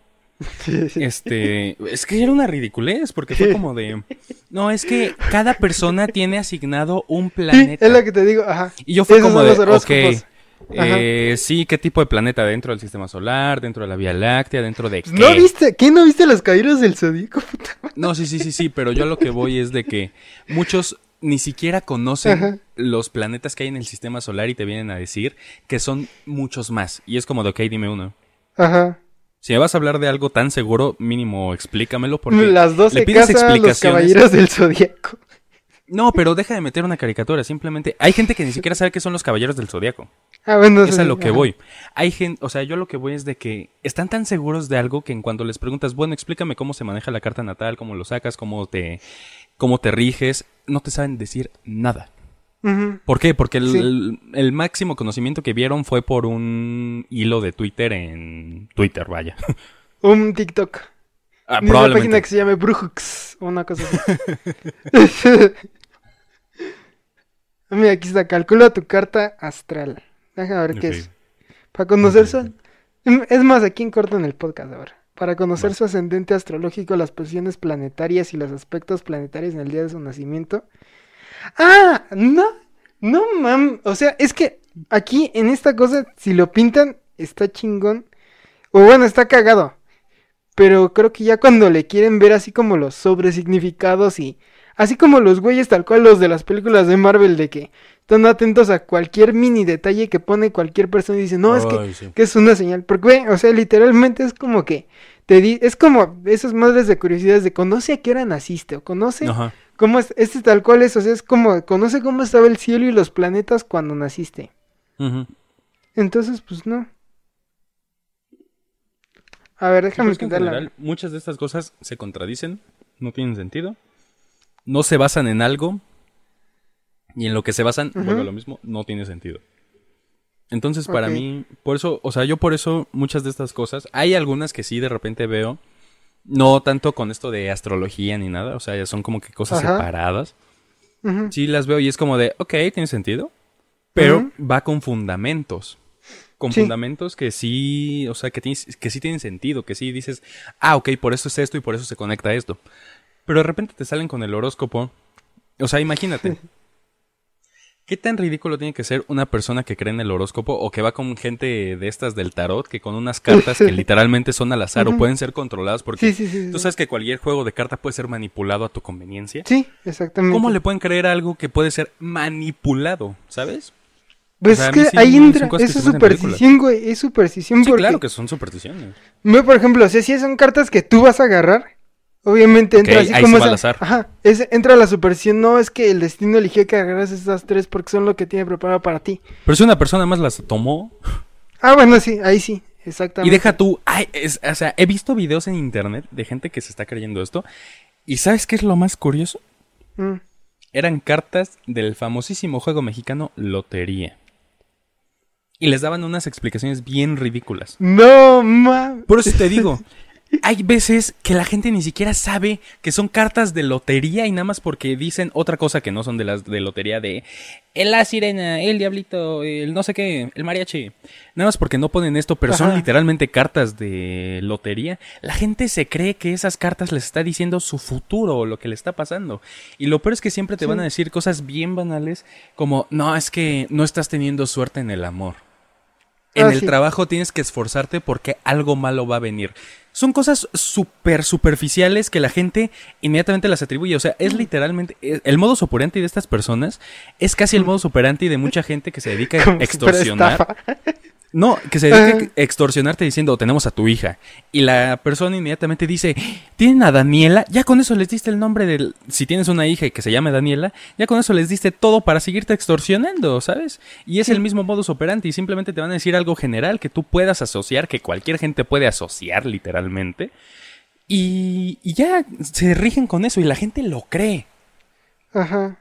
Este, es que era una ridiculez, porque fue como de, no, es que cada persona tiene asignado un sí, planeta. es lo que te digo, ajá. Y yo fue Esos como son de, los horóscopos. ok, eh, sí, ¿qué tipo de planeta dentro del sistema solar, dentro de la Vía Láctea, dentro de qué? ¿No viste? ¿Qué no viste los caballeros del zodíaco? Puta? No, sí, sí, sí, sí, pero yo a lo que voy es de que muchos ni siquiera conocen Ajá. los planetas que hay en el sistema solar y te vienen a decir que son muchos más. Y es como de, ok, dime uno. Ajá. Si me vas a hablar de algo tan seguro, mínimo explícamelo porque Las doce le pides casas, los explicaciones. caballeros del zodíaco. No, pero deja de meter una caricatura, simplemente hay gente que ni siquiera sabe qué son los caballeros del zodiaco. Ah, bueno, Es sí, a lo que ajá. voy. Hay gente, o sea, yo lo que voy es de que están tan seguros de algo que en cuanto les preguntas, bueno, explícame cómo se maneja la carta natal, cómo lo sacas, cómo te cómo te riges, no te saben decir nada. Ujú. ¿Por qué? Porque el, Sí. el- el máximo conocimiento que vieron fue por un hilo de Twitter en Twitter, vaya. un TikTok. Ah, Ni una probablemente. página que se llame Brujux o una cosa así. Mira, aquí está, calcula tu carta astral. Déjame ver qué Ok. es. Para conocer Ok, su... ok. Es más, aquí en corto en el podcast, a ver. Para conocer Va. su ascendente astrológico, las posiciones planetarias y los aspectos planetarios en el día de su nacimiento. ¡Ah! No, no mam. O sea, es que aquí en esta cosa, si lo pintan, está chingón. O bueno, está cagado. Pero creo que ya cuando le quieren ver así como los sobresignificados y... Así como los güeyes tal cual los de las películas de Marvel de que están atentos a cualquier mini detalle que pone cualquier persona y dicen, no, es que, Ay, sí. que es una señal. Porque, güey, o sea, literalmente es como que te di... Es como esas madres de curiosidades de conoce a qué hora naciste o conoce Ajá. cómo es... Este tal cual es, o sea, es como conoce cómo estaba el cielo y los planetas cuando naciste. Ujú. Entonces, pues no. A ver, Sí, déjame pues que en quitarla. general, muchas de estas cosas se contradicen, no tienen sentido, no se basan en algo, y en lo que se basan, Ujú. vuelve a lo mismo, no tiene sentido. Entonces, para Ok. mí, por eso, o sea, yo por eso, muchas de estas cosas, hay algunas que sí de repente veo, no tanto con esto de astrología ni nada, o sea, ya son como que cosas Ajá. separadas. Ujú. Sí las veo y es como de, ok, tiene sentido, pero Ujú. va con fundamentos. Con Sí. fundamentos que sí, o sea, que, tienes- que sí tienen sentido, que sí dices, ah, ok, por eso es esto y por eso se conecta a esto. Pero de repente te salen con el horóscopo. O sea, imagínate. ¿Qué tan ridículo tiene que ser una persona que cree en el horóscopo o que va con gente de estas del tarot, que con unas cartas que literalmente son al azar o Ujú. pueden ser controladas porque Sí, sí, sí, sí. tú sabes que cualquier juego de carta puede ser manipulado a tu conveniencia? Sí, exactamente. ¿Cómo le pueden creer a algo que puede ser manipulado, sabes? Pues o sea, a es mí que sí ahí son entra, cosas que eso es se me hacen ridículas. superstición, güey, es superstición Sí, porque... claro que son supersticiones. Yo, por ejemplo, o sea, si son cartas que tú vas a agarrar, obviamente entra Ok, así ahí como sí va esa... al azar. Ajá, es, entra la superstición, no es que el destino eligió que agarras esas tres porque son lo que tiene preparado para ti. Pero si una persona más las tomó Ah, bueno, sí, ahí sí, y exactamente. deja tú, ay, es- o sea, he visto videos en internet de gente que se está creyendo esto y ¿sabes qué es lo más curioso? Mm. Eran cartas del famosísimo juego mexicano Lotería. Y les daban unas explicaciones bien ridículas. No, ma... Por eso te digo, hay veces que la gente ni siquiera sabe que son cartas de lotería y nada más porque dicen otra cosa que no son de las de lotería de el la sirena, el diablito, el no sé qué, el mariachi. Nada más porque no ponen esto, pero son Ajá. literalmente cartas de lotería. La gente se cree que esas cartas les está diciendo su futuro o lo que le está pasando. Y lo peor es que siempre te Sí. van a decir cosas bien banales como, no, es que no estás teniendo suerte en el amor. En Ah, el sí. trabajo tienes que esforzarte porque algo malo va a venir. Son cosas súper superficiales que la gente inmediatamente las atribuye. O sea, es literalmente... eh, El modus operandi de estas personas es casi el modus operandi de mucha gente que se dedica a Como si fuera extorsionar. estafa. No, que se dedica Ajá. a extorsionarte diciendo, tenemos a tu hija. Y la persona inmediatamente dice, ¿tienen a Daniela? Ya con eso les diste el nombre del... Si tienes una hija y que se llame Daniela, ya con eso les diste todo para seguirte extorsionando, ¿sabes? Y es Sí. el mismo modus operandi. Y simplemente te van a decir algo general que tú puedas asociar, que cualquier gente puede asociar literalmente. Y, y ya se rigen con eso y la gente lo cree. Ajá.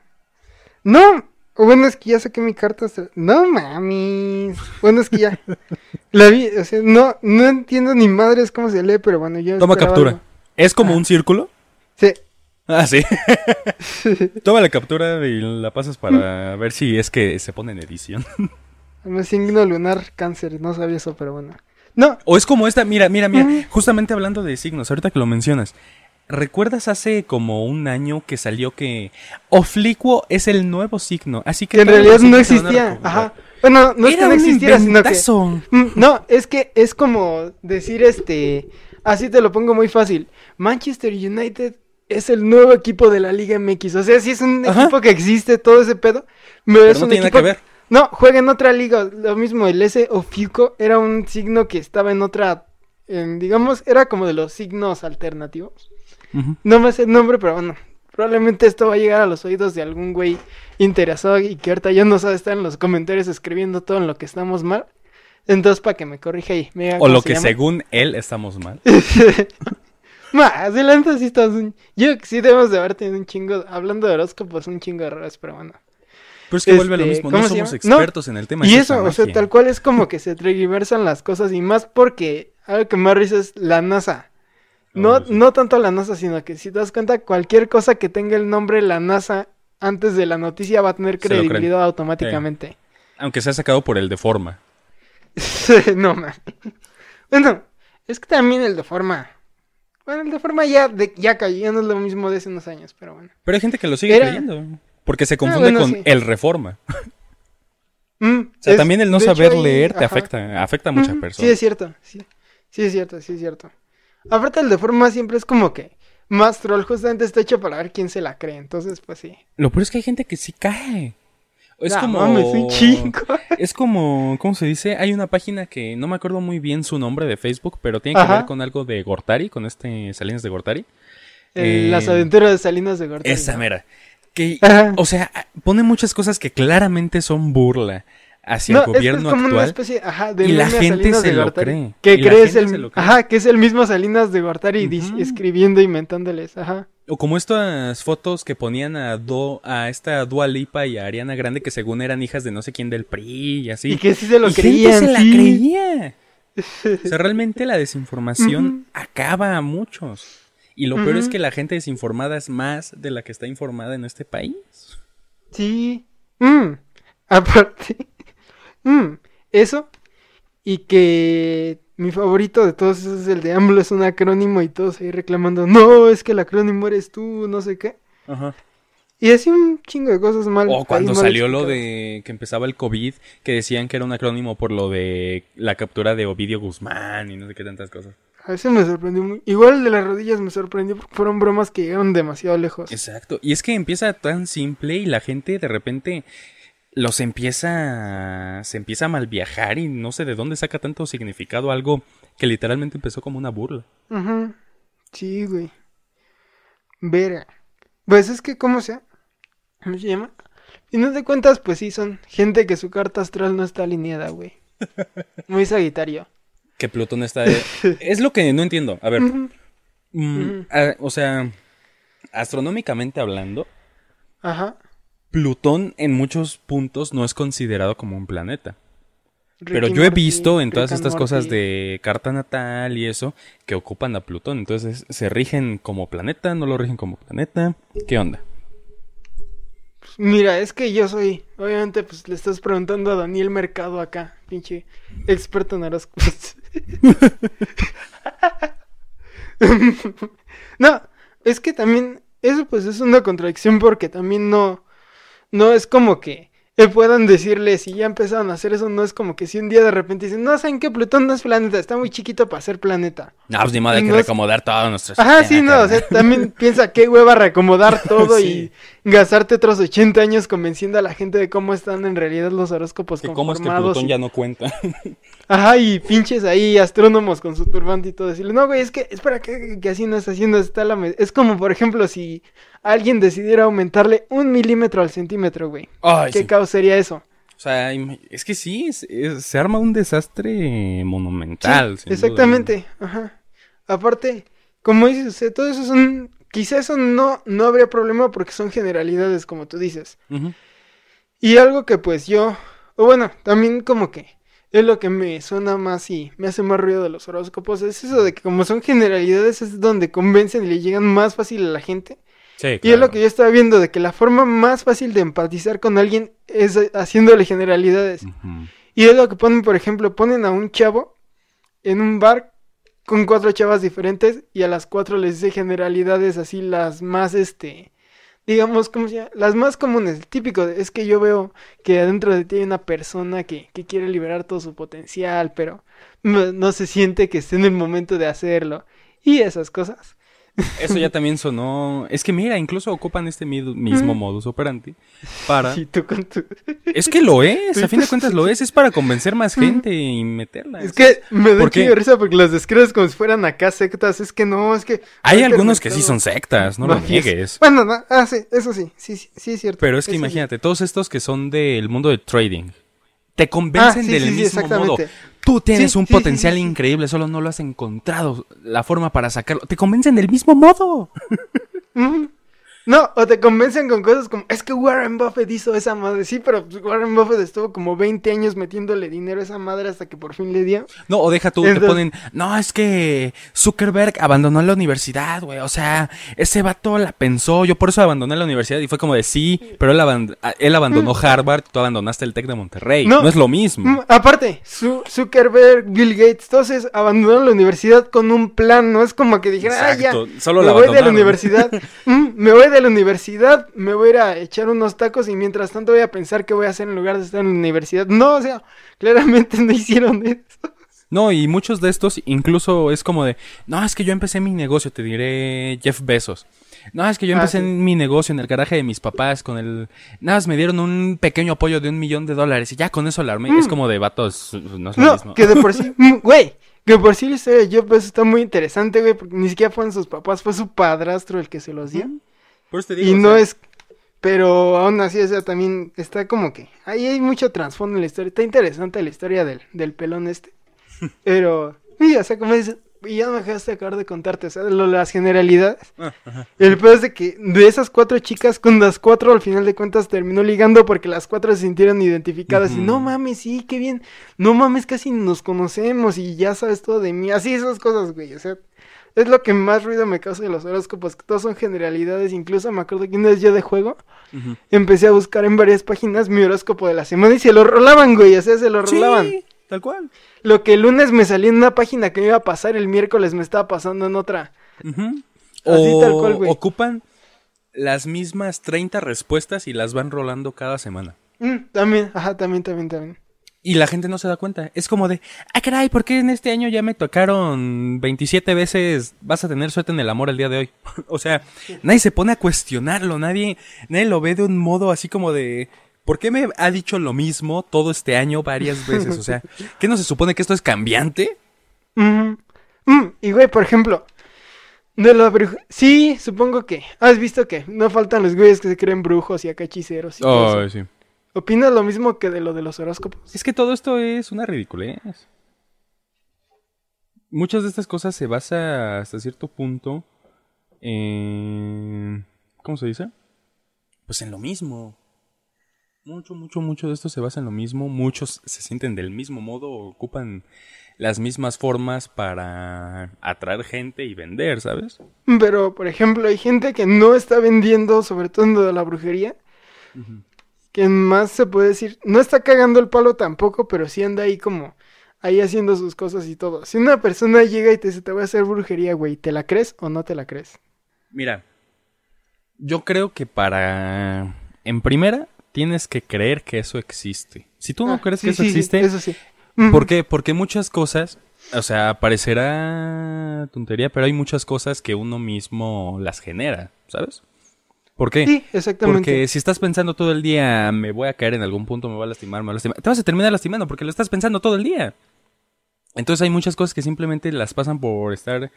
No, o bueno, es que ya saqué mi carta. astral- No mames. Bueno, es que ya. La vi, o sea, no, no entiendo ni madres cómo se lee, pero bueno, yo. Toma esperaba captura. algo. ¿Es como Ah. un círculo? Sí. Ah, sí. Toma la captura y la pasas para ver si es que se pone en edición. Me signo lunar cáncer, no sabía eso, pero bueno. No, O es como esta, mira, mira, mira, Mm. justamente hablando de signos, ahorita que lo mencionas, ¿recuerdas hace como un año que salió que oblicuo es el nuevo signo? Así que que en todos realidad los no signos se van a existía. recomendar. Ajá. Bueno, no es que Era no un existiera, sino que. inventazo. Mm, No, es que es como decir este. Así te lo pongo muy fácil. Manchester United es el nuevo equipo de la Liga M X. O sea, sí es un Ajá. equipo que existe, todo ese pedo. Pero, Pero es no un tiene nada equipo que ver. No, juega en otra liga. Lo mismo, el S o Fiuco era un signo que estaba en otra. En, digamos, era como de los signos alternativos. Ujú. No me sé el nombre, pero bueno. Probablemente esto va a llegar a los oídos de algún güey interesado y que ahorita ya no sabe estar en los comentarios escribiendo todo en lo que estamos mal. Entonces, para que me corrija y me diga O cómo lo se que llama. según él estamos mal. Más, adelante sí estás un... Yo creo que sí debemos de haber tenido un chingo... Hablando de horóscopos, un chingo de errores, pero bueno. Pero es que vuelve a lo Este, mismo, ¿cómo no se somos llama? No, expertos en el tema. Y esa es eso, la o sea, magia. tal cual es como que se trigiversan las cosas y más porque algo que más risa es la NASA. No, Oh, sí. no tanto la NASA, sino que si te das cuenta, cualquier cosa que tenga el nombre la NASA antes de la noticia va a tener Se lo creen. credibilidad automáticamente. Aunque sea sacado por el de forma. No, man. Bueno, es que también el de forma... Bueno, el de forma ya, de, ya cayó, ya no es lo mismo de hace unos años, pero bueno. Pero hay gente que lo sigue Era- creyendo. Porque se confunde bueno, con sí. el reforma. Mm, O sea, es- también el no de hecho, saber ahí- leer te ajá. afecta, afecta a muchas Ujú, personas. Sí, es cierto. Sí, sí es cierto, sí es cierto. Aparte, el de forma siempre es como que más troll, justamente está hecho para ver quién se la cree. Entonces, pues sí. Lo peor es que hay gente que sí cae. Es Nah, como... mames, un chingo. Es como... ¿Cómo se dice? Hay una página que no me acuerdo muy bien su nombre de Facebook, pero tiene que Ajá. ver con algo de Gortari, con este Salinas de Gortari. El- Eh, Las aventuras de Salinas de Gortari. Esa ¿no? mera. Que, Ajá. o sea, pone muchas cosas que claramente son burla hacia No, el gobierno es, que es como una actual. especie, ajá, de y la meme a gente Salinas se de lo Gortari. cree. Que Y la crees gente el, se lo cree. ajá, que es el mismo Salinas de Gortari Ujú. dis- escribiendo, inventándoles, ajá. O como estas fotos que ponían a, Do, a esta Dua Lipa y a Ariana Grande, que según eran hijas de no sé quién del P R I y así. Y que sí se lo Y creían, gente se la sí. creía. O sea, realmente la desinformación Ujú. acaba a muchos. Y lo peor es Ujú. que la gente desinformada es más de la que está informada en este país. Sí. Mm. Aparte. mm. Eso. Y que mi favorito de todos esos es el de AMLO, es un acrónimo y todos ahí reclamando, no, es que el acrónimo eres tú, no sé qué. Ajá. Y así un chingo de cosas mal. O cuando ahí mal salió lo explicadas. de que empezaba el COVID, que decían que era un acrónimo por lo de la captura de Ovidio Guzmán y no sé qué tantas cosas. A veces me sorprendió muy... Igual el de las rodillas me sorprendió porque fueron bromas que llegaron demasiado lejos. Exacto. Y es que empieza tan simple y la gente de repente los empieza, se empieza a mal viajar y no sé de dónde saca tanto significado algo que literalmente empezó como una burla. Ujú. Sí, güey. Vera. Pues es que, ¿cómo se, ¿cómo se llama? Y no te cuentas, pues sí, son gente que su carta astral no está alineada, güey. Muy Sagitario. Que Plutón está... es lo que no entiendo. A ver, Ujú. mm, Ujú. a- o sea, astronómicamente hablando, Ajá. Plutón en muchos puntos no es considerado como un planeta. Pero Ricky yo he Morty, visto en Rick todas and estas cosas Morty. de carta natal y eso que ocupan a Plutón. Entonces, ¿se rigen como planeta? ¿No lo rigen como planeta? ¿Qué onda? Mira, es que yo soy, obviamente, pues le estás preguntando a Daniel Mercado acá, pinche experto en horóscopos. No, es que también, eso pues es una contradicción porque también no, no es como que eh, puedan decirle, si ya empezaron a hacer eso, no es como que si un día de repente dicen, no, ¿saben qué? Plutón no es planeta, está muy chiquito para ser planeta. No, pues ni modo, hay que No es- recomodar todo nuestro Ajá, sistema, sí, no, o sea, carnal. también piensa qué hueva reacomodar todo Sí. y gastarte otros ochenta años convenciendo a la gente de cómo están en realidad los horóscopos Que cómo es que conformados. Plutón y- ya no cuenta. Ajá, y pinches ahí astrónomos con su turbante y todo. Decirle, no, güey, es que, espera, que, que así no está haciendo, está la... me-". Es como, por ejemplo, si alguien decidiera aumentarle un milímetro al centímetro, güey. Ay, ¿Qué sí. caos sería eso? O sea, im- es que sí, es- es- se arma un desastre monumental. Sí, sin duda. exactamente, ajá. Aparte, como dices, o sea, todo eso son... Quizá eso no, no habría problema porque son generalidades, como tú dices. Ujú. Y algo que pues yo, o bueno, también como que es lo que me suena más y me hace más ruido de los horóscopos, es eso de que como son generalidades es donde convencen y le llegan más fácil a la gente. Sí, Y es claro. lo que yo estaba viendo, de que la forma más fácil de empatizar con alguien es eh, haciéndole generalidades. Ujú. Y es lo que ponen, por ejemplo, ponen a un chavo en un bar con cuatro chavas diferentes y a las cuatro les dice generalidades así las más, este, digamos, ¿cómo se llama? Las más comunes. El típico de- es que yo veo que adentro de ti hay una persona que, que quiere liberar todo su potencial, pero no, no se siente que esté en el momento de hacerlo. Y esas cosas. Eso ya también sonó. Es que mira, incluso ocupan este mi- mismo modus operandi para. Y tú con tu... Es que lo es, a fin de cuentas lo es, es para convencer más gente y meterla. Es que me da ¿Por un qué? chingo de risa porque las describes como si fueran acá sectas. Es que no, es que... Hay ahorita el algunos que sí mercado- son sectas, no lo Mafioso. niegues. Bueno, no, ah, sí, eso sí, sí, sí, sí es cierto. Pero es que Eso sí. imagínate, todos estos que son del mundo del trading, te convencen Ah, sí, del sí, sí, mismo modo. exactamente. Tú tienes Sí, un sí, potencial sí, sí, sí. increíble, solo no lo has encontrado la forma para sacarlo. Te convencen del mismo modo. Ujú. No, o te convencen con cosas como, es que Warren Buffett hizo esa madre. Sí, pero pues, Warren Buffett estuvo como veinte años metiéndole dinero a esa madre hasta que por fin le dio. No, o deja tú, Entonces... te ponen, no, es que Zuckerberg abandonó la universidad, güey, o sea, ese vato la pensó, yo por eso abandoné la universidad, y fue como de, sí, pero él, aband él abandonó Harvard, tú abandonaste el Tec de Monterrey, no, no es lo mismo. Mm, aparte, Zu Zuckerberg, Bill Gates, entonces abandonaron la universidad con un plan, no es como que dijeran, ah, ya, solo me la voy de la universidad, mm, me voy de la universidad, me voy a ir a echar unos tacos y mientras tanto voy a pensar qué voy a hacer en lugar de estar en la universidad. No, o sea, claramente no hicieron eso. No, y muchos de estos incluso es como de, no, es que yo empecé mi negocio, te diré Jeff Bezos. No, es que yo empecé ah, sí. en mi negocio en el garaje de mis papás con el... Nada más me dieron un pequeño apoyo de un millón de dólares y ya con eso la armé. Mm. Es como de vatos, no es lo no, mismo. que de por sí, güey, que por sí la historia de Jeff Bezos está muy interesante, güey, porque ni siquiera fueron sus papás, fue su padrastro el que se los dio. Mm. Por eso te digo, y o no sea... es... Pero aún así, o sea, también está como que... Ahí hay mucho trasfondo en la historia. Está interesante la historia del, del pelón este. Pero... Y, o sea, como dices... Y ya me dejaste acabar de contarte, o sea, lo, las generalidades. Ah, el peor es de que de esas cuatro chicas, con las cuatro al final de cuentas terminó ligando porque las cuatro se sintieron identificadas. Uh-huh. Y no mames, sí, qué bien. No mames, casi nos conocemos y ya sabes todo de mí. Así esas cosas, güey, o sea... Es lo que más ruido me causa de los horóscopos, que todos son generalidades. Incluso me acuerdo que una vez yo de juego uh-huh. empecé a buscar en varias páginas mi horóscopo de la semana y se lo rolaban, güey, o sea, se lo rolaban. Sí, tal cual. Lo que el lunes me salía en una página que me iba a pasar, el miércoles me estaba pasando en otra. Uh-huh. Así o tal cual, güey. Ocupan las mismas treinta respuestas y las van rolando cada semana. Mm, también, ajá, también, también, también. Y la gente no se da cuenta. Es como de, ah, caray, ¿por qué en este año ya me tocaron veintisiete veces vas a tener suerte en el amor el día de hoy? O sea, nadie se pone a cuestionarlo, nadie, nadie lo ve de un modo así como de, ¿por qué me ha dicho lo mismo todo este año varias veces? O sea, ¿qué no se supone que esto es cambiante? Mm, mm, y güey, por ejemplo, de la bruja... Sí, supongo que, has visto que no faltan los güeyes que se creen brujos y acá hechiceros y todo oh, eso. Sí. ¿Opinas lo mismo que de lo de los horóscopos? Es que todo esto es una ridiculez. Muchas de estas cosas se basa hasta cierto punto en... ¿Cómo se dice? Pues en lo mismo. Mucho, mucho, mucho de esto se basa en lo mismo. Muchos se sienten del mismo modo, ocupan las mismas formas para atraer gente y vender, ¿sabes? Pero, por ejemplo, hay gente que no está vendiendo, sobre todo en lo de la brujería. Uh-huh. Que más se puede decir, no está cagando el palo tampoco, pero sí anda ahí como, ahí haciendo sus cosas y todo. Si una persona llega y te dice, te voy a hacer brujería, güey, ¿te la crees o no te la crees? Mira, yo creo que para, en primera, tienes que creer que eso existe. Si tú no ah, crees sí, que eso sí, existe, sí, eso sí. ¿Por qué? Porque muchas cosas, o sea, parecerá tontería, pero hay muchas cosas que uno mismo las genera, ¿sabes? ¿Por qué? Sí, exactamente. Porque si estás pensando todo el día, me voy a caer en algún punto, me voy a lastimar, me voy a lastimar, te vas a terminar lastimando porque lo estás pensando todo el día. Entonces hay muchas cosas que simplemente las pasan por estar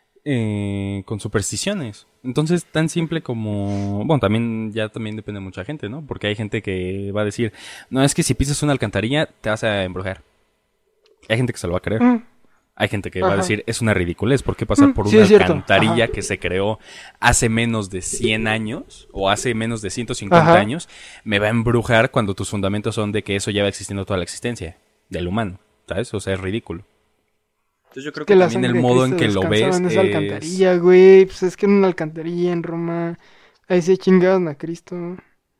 eh, con supersticiones. Entonces tan simple como... Bueno, también ya también depende de mucha gente, ¿no? Porque hay gente que va a decir, no, es que si pisas una alcantarilla te vas a embrujar. Hay gente que se lo va a creer. Mm. Hay gente que Ajá. va a decir, es una ridiculez, ¿por qué pasar por sí, una alcantarilla que se creó hace menos de cien años o hace menos de ciento cincuenta Ajá. años? Me va a embrujar cuando tus fundamentos son de que eso lleva existiendo toda la existencia del humano, ¿sabes? O sea, es ridículo. Entonces yo creo que, que también el modo en que lo ves en es... esa alcantarilla, güey, pues es que en una alcantarilla en Roma, ahí se chingaban a Cristo.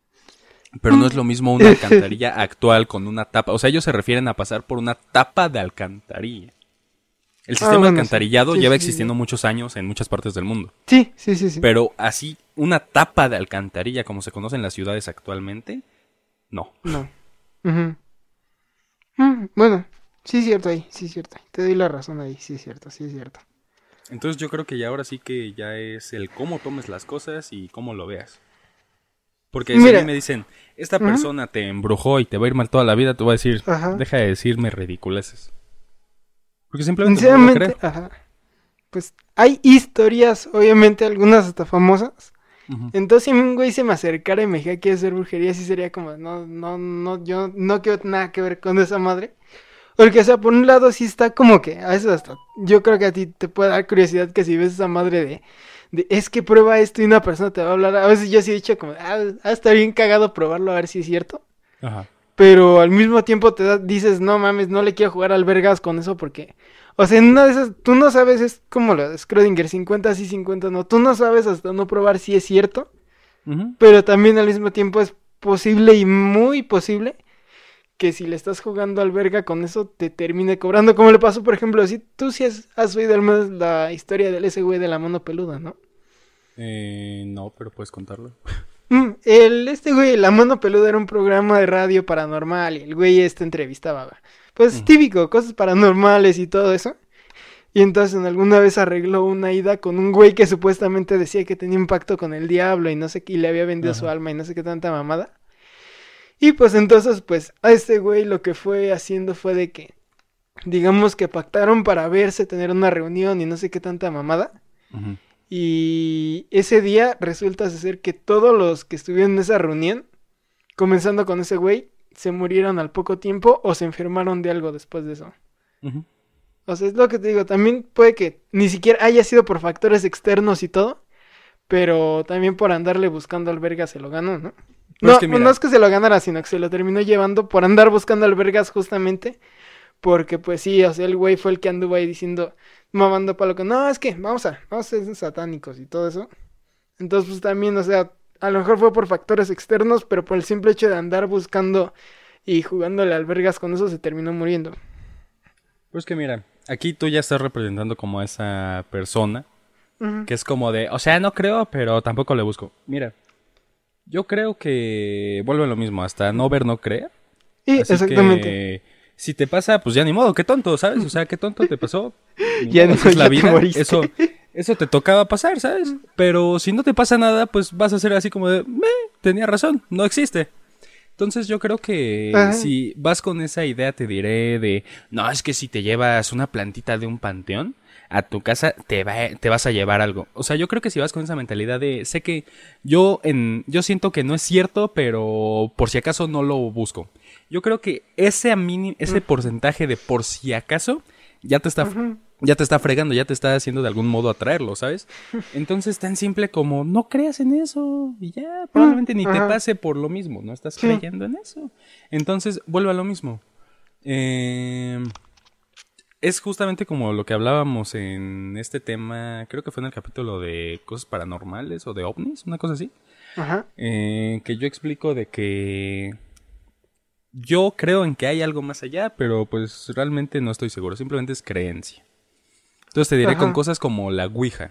Pero no es lo mismo una alcantarilla actual con una tapa, o sea, ellos se refieren a pasar por una tapa de alcantarilla. El sistema ah, bueno, alcantarillado sí, lleva sí, existiendo sí. muchos años en muchas partes del mundo. Sí, sí, sí, sí. Pero así, una tapa de alcantarilla como se conoce en las ciudades actualmente, no. No. Uh-huh. Mm, bueno, sí es cierto ahí, sí es cierto. Te doy la razón ahí, sí es cierto, sí es cierto. Entonces yo creo que ya ahora sí que ya es el cómo tomes las cosas y cómo lo veas. Porque si a mí me dicen, esta uh-huh. persona te embrujó y te va a ir mal toda la vida, te voy a decir, uh-huh. deja de decirme ridiculeces. Porque simplemente no lo creo. Ajá. Pues hay historias, obviamente algunas hasta famosas. Uh-huh. Entonces si un güey se me acercara y me dijera que hacer brujería, sí sería como, no, no, no, yo no quiero nada que ver con esa madre. Porque, o sea, por un lado sí está como que, a veces hasta, yo creo que a ti te puede dar curiosidad que si ves esa madre de, de, es que prueba esto y una persona te va a hablar. A veces yo sí he dicho como, ah, ah, está bien cagado probarlo a ver si es cierto. Ajá. Pero al mismo tiempo te da, dices, no mames, no le quiero jugar al vergas con eso porque... O sea, en una de esas, tú no sabes, es como lo de Schrödinger, cincuenta sí, cincuenta no. Tú no sabes hasta no probar si es cierto. Uh-huh. Pero también al mismo tiempo es posible y muy posible que si le estás jugando al verga con eso te termine cobrando. Como le pasó, por ejemplo, si tú sí has, has oído al menos la historia del ese güey de la mano peluda, ¿no? Eh, no, pero puedes contarlo. Mm, el, este güey, La Mano Peluda era un programa de radio paranormal y el güey este entrevistaba, pues uh-huh. típico, cosas paranormales y todo eso. Y entonces en alguna vez arregló una ida con un güey que supuestamente decía que tenía un pacto con el diablo y no sé qué, y le había vendido uh-huh. su alma y no sé qué tanta mamada. Y pues entonces, pues, a este güey lo que fue haciendo fue de que, digamos que pactaron para verse, tener una reunión y no sé qué tanta mamada. Uh-huh. Y ese día resulta ser que todos los que estuvieron en esa reunión, comenzando con ese güey, se murieron al poco tiempo o se enfermaron de algo después de eso. Uh-huh. O sea, es lo que te digo, también puede que ni siquiera haya sido por factores externos y todo, pero también por andarle buscando al verga se lo ganó, ¿no? No es, que no es que se lo ganara, sino que se lo terminó llevando por andar buscando al vergas justamente, porque pues sí, o sea, el güey fue el que anduvo ahí diciendo... mamando palo con, no, es que vamos a, vamos a ser satánicos y todo eso. Entonces, pues también, o sea, a lo mejor fue por factores externos, pero por el simple hecho de andar buscando y jugándole al vergas con eso se terminó muriendo. Pues que mira, aquí tú ya estás representando como a esa persona, uh-huh. que es como de, o sea, no creo, pero tampoco le busco. Mira, yo creo que vuelve a lo mismo, hasta no ver, no creer. Sí, así exactamente. Que... si te pasa, pues ya ni modo, qué tonto, ¿sabes? O sea, qué tonto te pasó. Ya no, es la ya vida. Te eso, eso te tocaba pasar, ¿sabes? Pero si no te pasa nada, pues vas a ser así como de, meh, tenía razón, no existe. Entonces yo creo que Ajá. si vas con esa idea, te diré de, no, es que si te llevas una plantita de un panteón a tu casa, te, va, te vas a llevar algo. O sea, yo creo que si vas con esa mentalidad de, sé que yo, en, yo siento que no es cierto, pero por si acaso no lo busco. Yo creo que ese, mini, ese uh-huh. porcentaje de por si acaso ya te está uh-huh. ya te está fregando, ya te está haciendo de algún modo atraerlo, ¿sabes? Entonces tan simple como no creas en eso y ya, probablemente uh-huh. ni te pase por lo mismo, no estás sí. creyendo en eso. Entonces vuelve a lo mismo. Eh, es justamente como lo que hablábamos en este tema, creo que fue en el capítulo de cosas paranormales o de ovnis, una cosa así. Uh-huh. Eh, que yo explico de que yo creo en que hay algo más allá, pero pues realmente no estoy seguro. Simplemente es creencia. Entonces te diré Ajá. con cosas como la Ouija.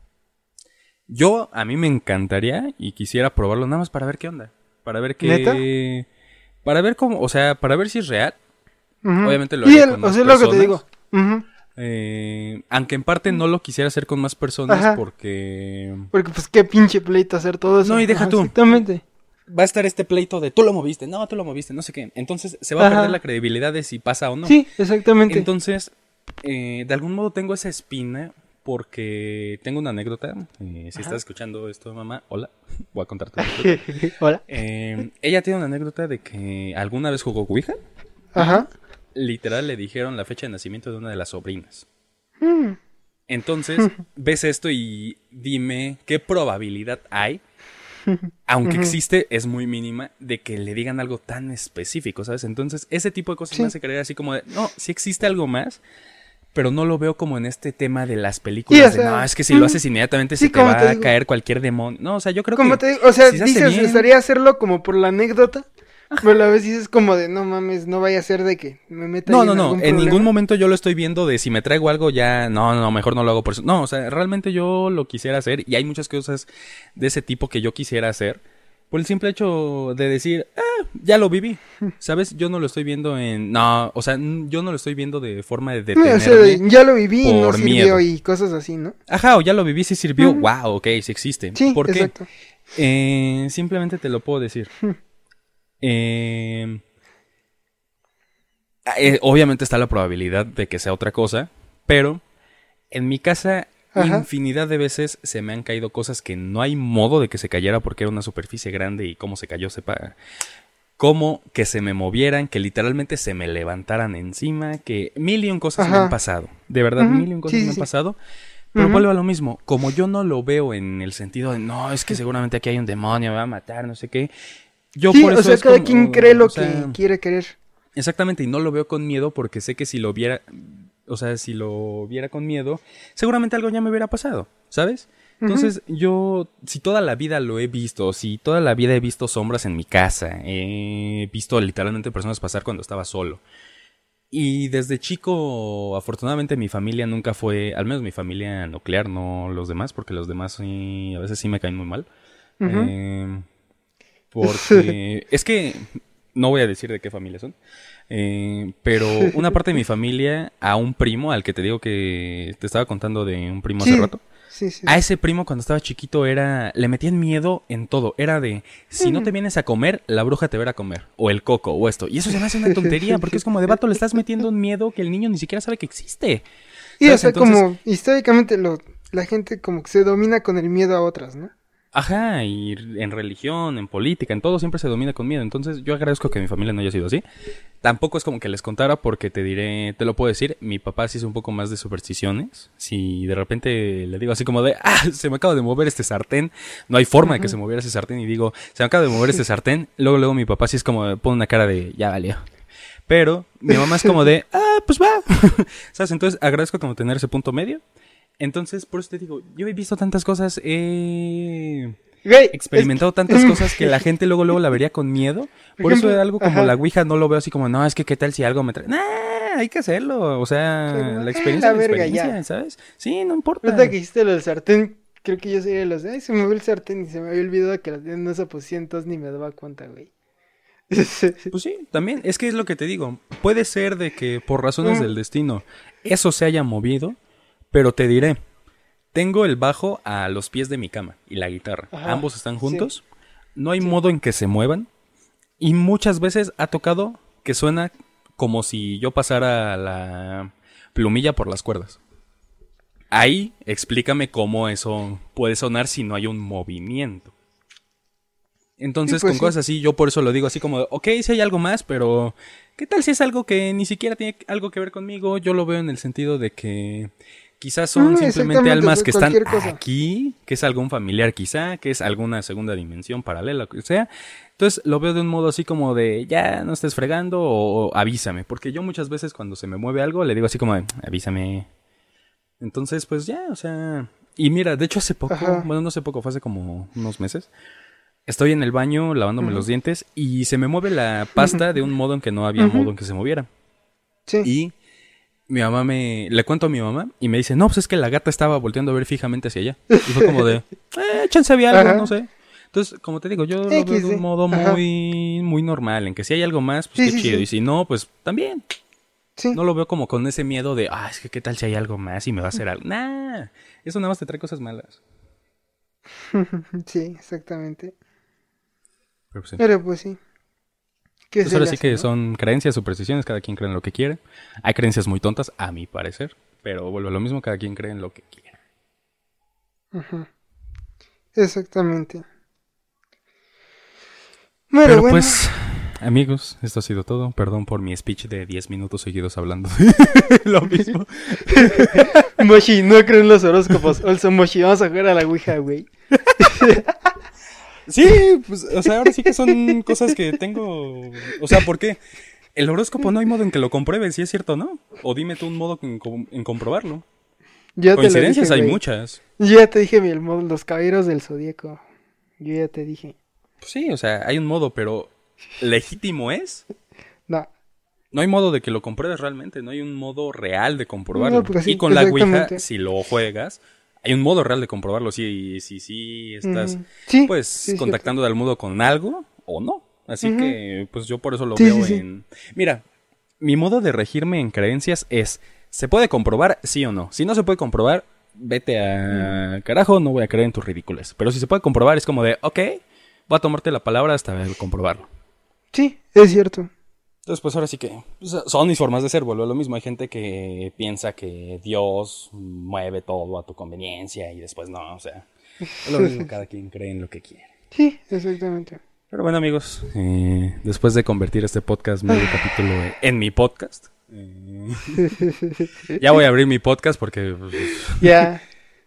Yo, a mí me encantaría y quisiera probarlo nada más para ver qué onda. Para ver qué... ¿Neta? Para ver cómo... O sea, para ver si es real. Uh-huh. Obviamente lo haría con más personas. Y es lo que te digo. Uh-huh. Eh, aunque en parte no lo quisiera hacer con más personas Ajá. porque... Porque pues qué pinche pleito hacer todo eso. No, y deja Ajá, tú. Exactamente. Va a estar este pleito de tú lo moviste, no, tú lo moviste, no sé qué. Entonces se va a Ajá. perder la credibilidad de si pasa o no. Sí, exactamente. Entonces, eh, de algún modo tengo esa espina porque tengo una anécdota. Eh, si Ajá. estás escuchando esto, mamá, hola, voy a contarte. Hola. Eh, ella tiene una anécdota de que alguna vez jugó Ouija. Ajá. Literal le dijeron la fecha de nacimiento de una de las sobrinas. Mm. Entonces, ves esto y dime qué probabilidad hay, aunque uh-huh. existe, es muy mínima, de que le digan algo tan específico, ¿sabes? Entonces, ese tipo de cosas sí. me hace creer así como de, no, sí existe algo más, pero no lo veo como en este tema de las películas, sí, o sea, de, no, es que si uh-huh. lo haces inmediatamente sí, se te va te a caer cualquier demonio. No, o sea, yo creo como que... Te digo, o sea, si dices, estaría hacerlo como por la anécdota, pero a la vez dices como de, no mames, no vaya a ser de que me meta No, en no, no, algún en problema. ningún momento yo lo estoy viendo de si me traigo algo ya, no, no, mejor no lo hago por eso. No, o sea, realmente yo lo quisiera hacer y hay muchas cosas de ese tipo que yo quisiera hacer por el simple hecho de decir, ah, ya lo viví, ¿sabes? Yo no lo estoy viendo en, no, o sea, yo no lo estoy viendo de forma de detenerme. No, o sea, ya lo viví y no sirvió miedo. Y cosas así, ¿no? Ajá, o ya lo viví, sí sirvió, uh-huh. wow, ok, sí existe. Sí, ¿Por qué? Exacto. Eh, simplemente te lo puedo decir. Eh, eh, obviamente está la probabilidad de que sea otra cosa, pero en mi casa Ajá. infinidad de veces se me han caído cosas que no hay modo de que se cayera porque era una superficie grande y cómo se cayó sepa. Como que se me movieran, que literalmente se me levantaran encima, que mil y un cosas Ajá. me han pasado. De verdad, uh-huh. mil y un cosas sí, me sí. han pasado. Pero Ujú. vuelvo a lo mismo. Como yo no lo veo en el sentido de, no, es que seguramente aquí hay un demonio, me va a matar, no sé qué. Yo Sí, por eso o sea, es cada como, quien cree lo o sea, que quiere creer. exactamente, y no lo veo con miedo porque sé que si lo viera, o sea, si lo viera con miedo, seguramente algo ya me hubiera pasado, ¿sabes? Entonces, uh-huh. yo, si toda la vida lo he visto, si toda la vida he visto sombras en mi casa, he visto literalmente personas pasar cuando estaba solo. Y desde chico, afortunadamente mi familia nunca fue, al menos mi familia nuclear, no los demás, porque los demás sí, a veces sí me caen muy mal. Uh-huh. Eh, porque es que no voy a decir de qué familia son, eh, pero una parte de mi familia, a un primo, al que te digo que te estaba contando de un primo sí. hace rato, Sí, sí. a ese primo cuando estaba chiquito era, le metían miedo en todo, era de, si no te vienes a comer, la bruja te va a comer, o el coco, o esto, y eso se me hace una tontería, porque es como de vato, le estás metiendo un miedo que el niño ni siquiera sabe que existe. Y o sea, entonces, como históricamente lo, la gente como que se domina con el miedo a otras, ¿no? Ajá, y en religión, en política, en todo siempre se domina con miedo. Entonces yo agradezco que mi familia no haya sido así. Tampoco es como que les contara porque te diré, te lo puedo decir, mi papá sí es un poco más de supersticiones. Si de repente le digo así como de, ah, se me acaba de mover este sartén, no hay forma uh-huh. de que se moviera ese sartén y digo, se me acaba de mover este sartén, luego luego mi papá sí es como, pone una cara de, ya valió. Pero mi mamá es como de, ah, pues va. ¿Sabes? Entonces agradezco como tener ese punto medio. Entonces, por eso te digo, yo he visto tantas cosas, he Güey, experimentado es... tantas cosas que la gente luego luego la vería con miedo. Por eso algo como Ajá. la Ouija no lo veo así como, no, es que qué tal si algo me trae. Nah, hay que hacerlo. O sea, sí, la experiencia la es la experiencia, ya. ¿sabes? Sí, no importa. Ahorita que hiciste lo del sartén, creo que yo sería los de, ay, se me movió el sartén y se me había olvidado que la tienen en esa posición, entonces ni me daba cuenta, güey. Pues sí, también, es que es lo que te digo. Puede ser de que por razones mm. del destino eso se haya movido. Pero te diré, tengo el bajo a los pies de mi cama y la guitarra. Ajá, ambos están juntos. Sí. No hay sí. modo en que se muevan. Y muchas veces ha tocado que suena como si yo pasara la plumilla por las cuerdas. Ahí explícame cómo eso puede sonar si no hay un movimiento. Entonces, sí, pues con sí. cosas así, yo por eso lo digo así como, ok, si hay algo más, pero ¿qué tal si es algo que ni siquiera tiene algo que ver conmigo? Yo lo veo en el sentido de que quizás son mm, simplemente almas que están cosa. aquí, que es algún familiar quizá, que es alguna segunda dimensión paralela, que sea. Entonces lo veo de un modo así como de, ya no estés fregando o, o avísame. Porque yo muchas veces cuando se me mueve algo le digo así como de, avísame. Entonces pues ya, o sea... Y mira, de hecho hace poco, Ajá. bueno no hace poco, fue hace como unos meses. Estoy en el baño lavándome uh-huh. los dientes y se me mueve la pasta uh-huh. de un modo en que no había uh-huh. modo en que se moviera. Sí. Y... mi mamá me... le cuento a mi mamá y me dice, no, pues es que la gata estaba volteando a ver fijamente hacia allá. Y fue como de, eh, chance había algo, Ajá. no sé. Entonces, como te digo, yo X, lo veo de un modo muy, muy normal, en que si hay algo más, pues sí, qué sí, chido. Sí. Y si no, pues también. Sí. No lo veo como con ese miedo de, ah, es que qué tal si hay algo más y me va a hacer algo. Nah, eso nada más te trae cosas malas. Sí, exactamente. Pero, pues, sí. Pero pues sí. Pues ahora sí que ¿no? son creencias, supersticiones, cada quien cree en lo que quiere. Hay creencias muy tontas, a mi parecer, pero vuelvo a lo mismo, cada quien cree en lo que quiere. Uh-huh. Exactamente. Pero, pero bueno. Pues, amigos, esto ha sido todo. Perdón por mi speech de diez minutos seguidos hablando lo mismo. Moshi, no creo en los horóscopos. Also, Moshi, vamos a jugar a la Ouija, güey. Sí, pues, o sea, ahora sí que son cosas que tengo... O sea, ¿por qué? El horóscopo no hay modo en que lo compruebes, si es cierto o no. O dime tú un modo en, en comprobarlo. Ya Coincidencias te hay dije, muchas. Yo ya te dije el modo, los caballeros del zodíaco. Yo ya te dije. Pues sí, o sea, hay un modo, pero ¿legítimo es? No. No hay modo de que lo compruebes realmente, no hay un modo real de comprobarlo. No, sí, y con la Ouija, si lo juegas... hay un modo real de comprobarlo, si sí, sí, sí, estás uh-huh. sí, pues sí, contactando sí. de algún modo con algo o no. Así uh-huh. que pues yo por eso lo sí, veo sí, en... Sí. Mira, mi modo de regirme en creencias es, ¿se puede comprobar sí o no? Si no se puede comprobar, vete a uh-huh. carajo, no voy a creer en tus ridículas. Pero si se puede comprobar es como de, ok, voy a tomarte la palabra hasta comprobarlo. Sí, es cierto. Entonces, pues ahora sí que son mis formas de ser, vuelvo a lo mismo. Hay gente que piensa que Dios mueve todo a tu conveniencia y después no, o sea, es lo mismo, cada quien cree en lo que quiere. Sí, exactamente. Pero bueno, amigos, eh, después de convertir este podcast, medio capítulo en mi podcast, eh, ya voy a abrir mi podcast porque... Pues, ya,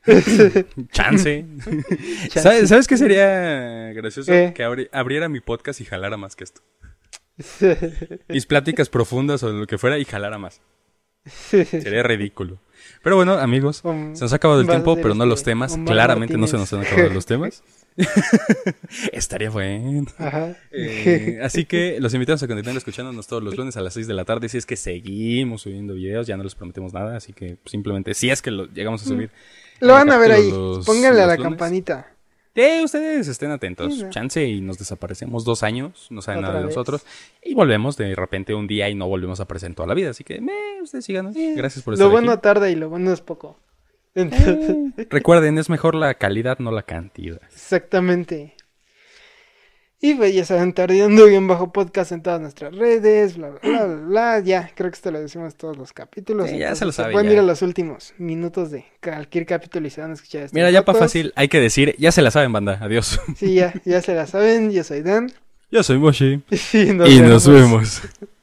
Chance. ¿Sabes, ¿Sabes qué sería gracioso? ¿Qué? Que abri- abriera mi podcast y jalara más que esto. Mis pláticas profundas o lo que fuera y jalara más. Sería ridículo. Pero bueno, amigos, Um, se nos ha acabado el va a tiempo, ser pero no este, los temas. Omar Claramente no se Martínez. nos han acabado los temas. Estaría bueno. Ajá. Eh, así que los invitamos a continuar escuchándonos todos los lunes a las seis de la tarde. Si es que seguimos subiendo videos, ya no les prometemos nada. Así que simplemente, si es que lo llegamos a subir. Lo van a ver ahí. Los- Pónganle a los la lunes. campanita. Eh, ustedes estén atentos. Sí, no. Chance y nos desaparecemos dos años, no saben Otra nada de vez. nosotros. Y volvemos de repente un día y no volvemos a aparecer en toda la vida. Así que, eh, ustedes síganos. Eh, Gracias por estar Lo bueno aquí. tarda y lo bueno es poco. Entonces, Recuerden, es mejor la calidad, no la cantidad. exactamente. Y pues ya saben, Tardeando bien bajo podcast en todas nuestras redes, bla, bla, bla, bla, bla. Ya, creo que esto lo decimos todos los capítulos. Sí, ya entonces se lo sabe, pueden ya. ir a los últimos minutos de cualquier capítulo y se van a escuchar estas Mira, ya para notas. fácil, hay que decir, ya se la saben, banda. Adiós. Sí, ya, ya se la saben. Yo soy Dan. Yo soy Moshi. Y nos Y vemos. nos vemos.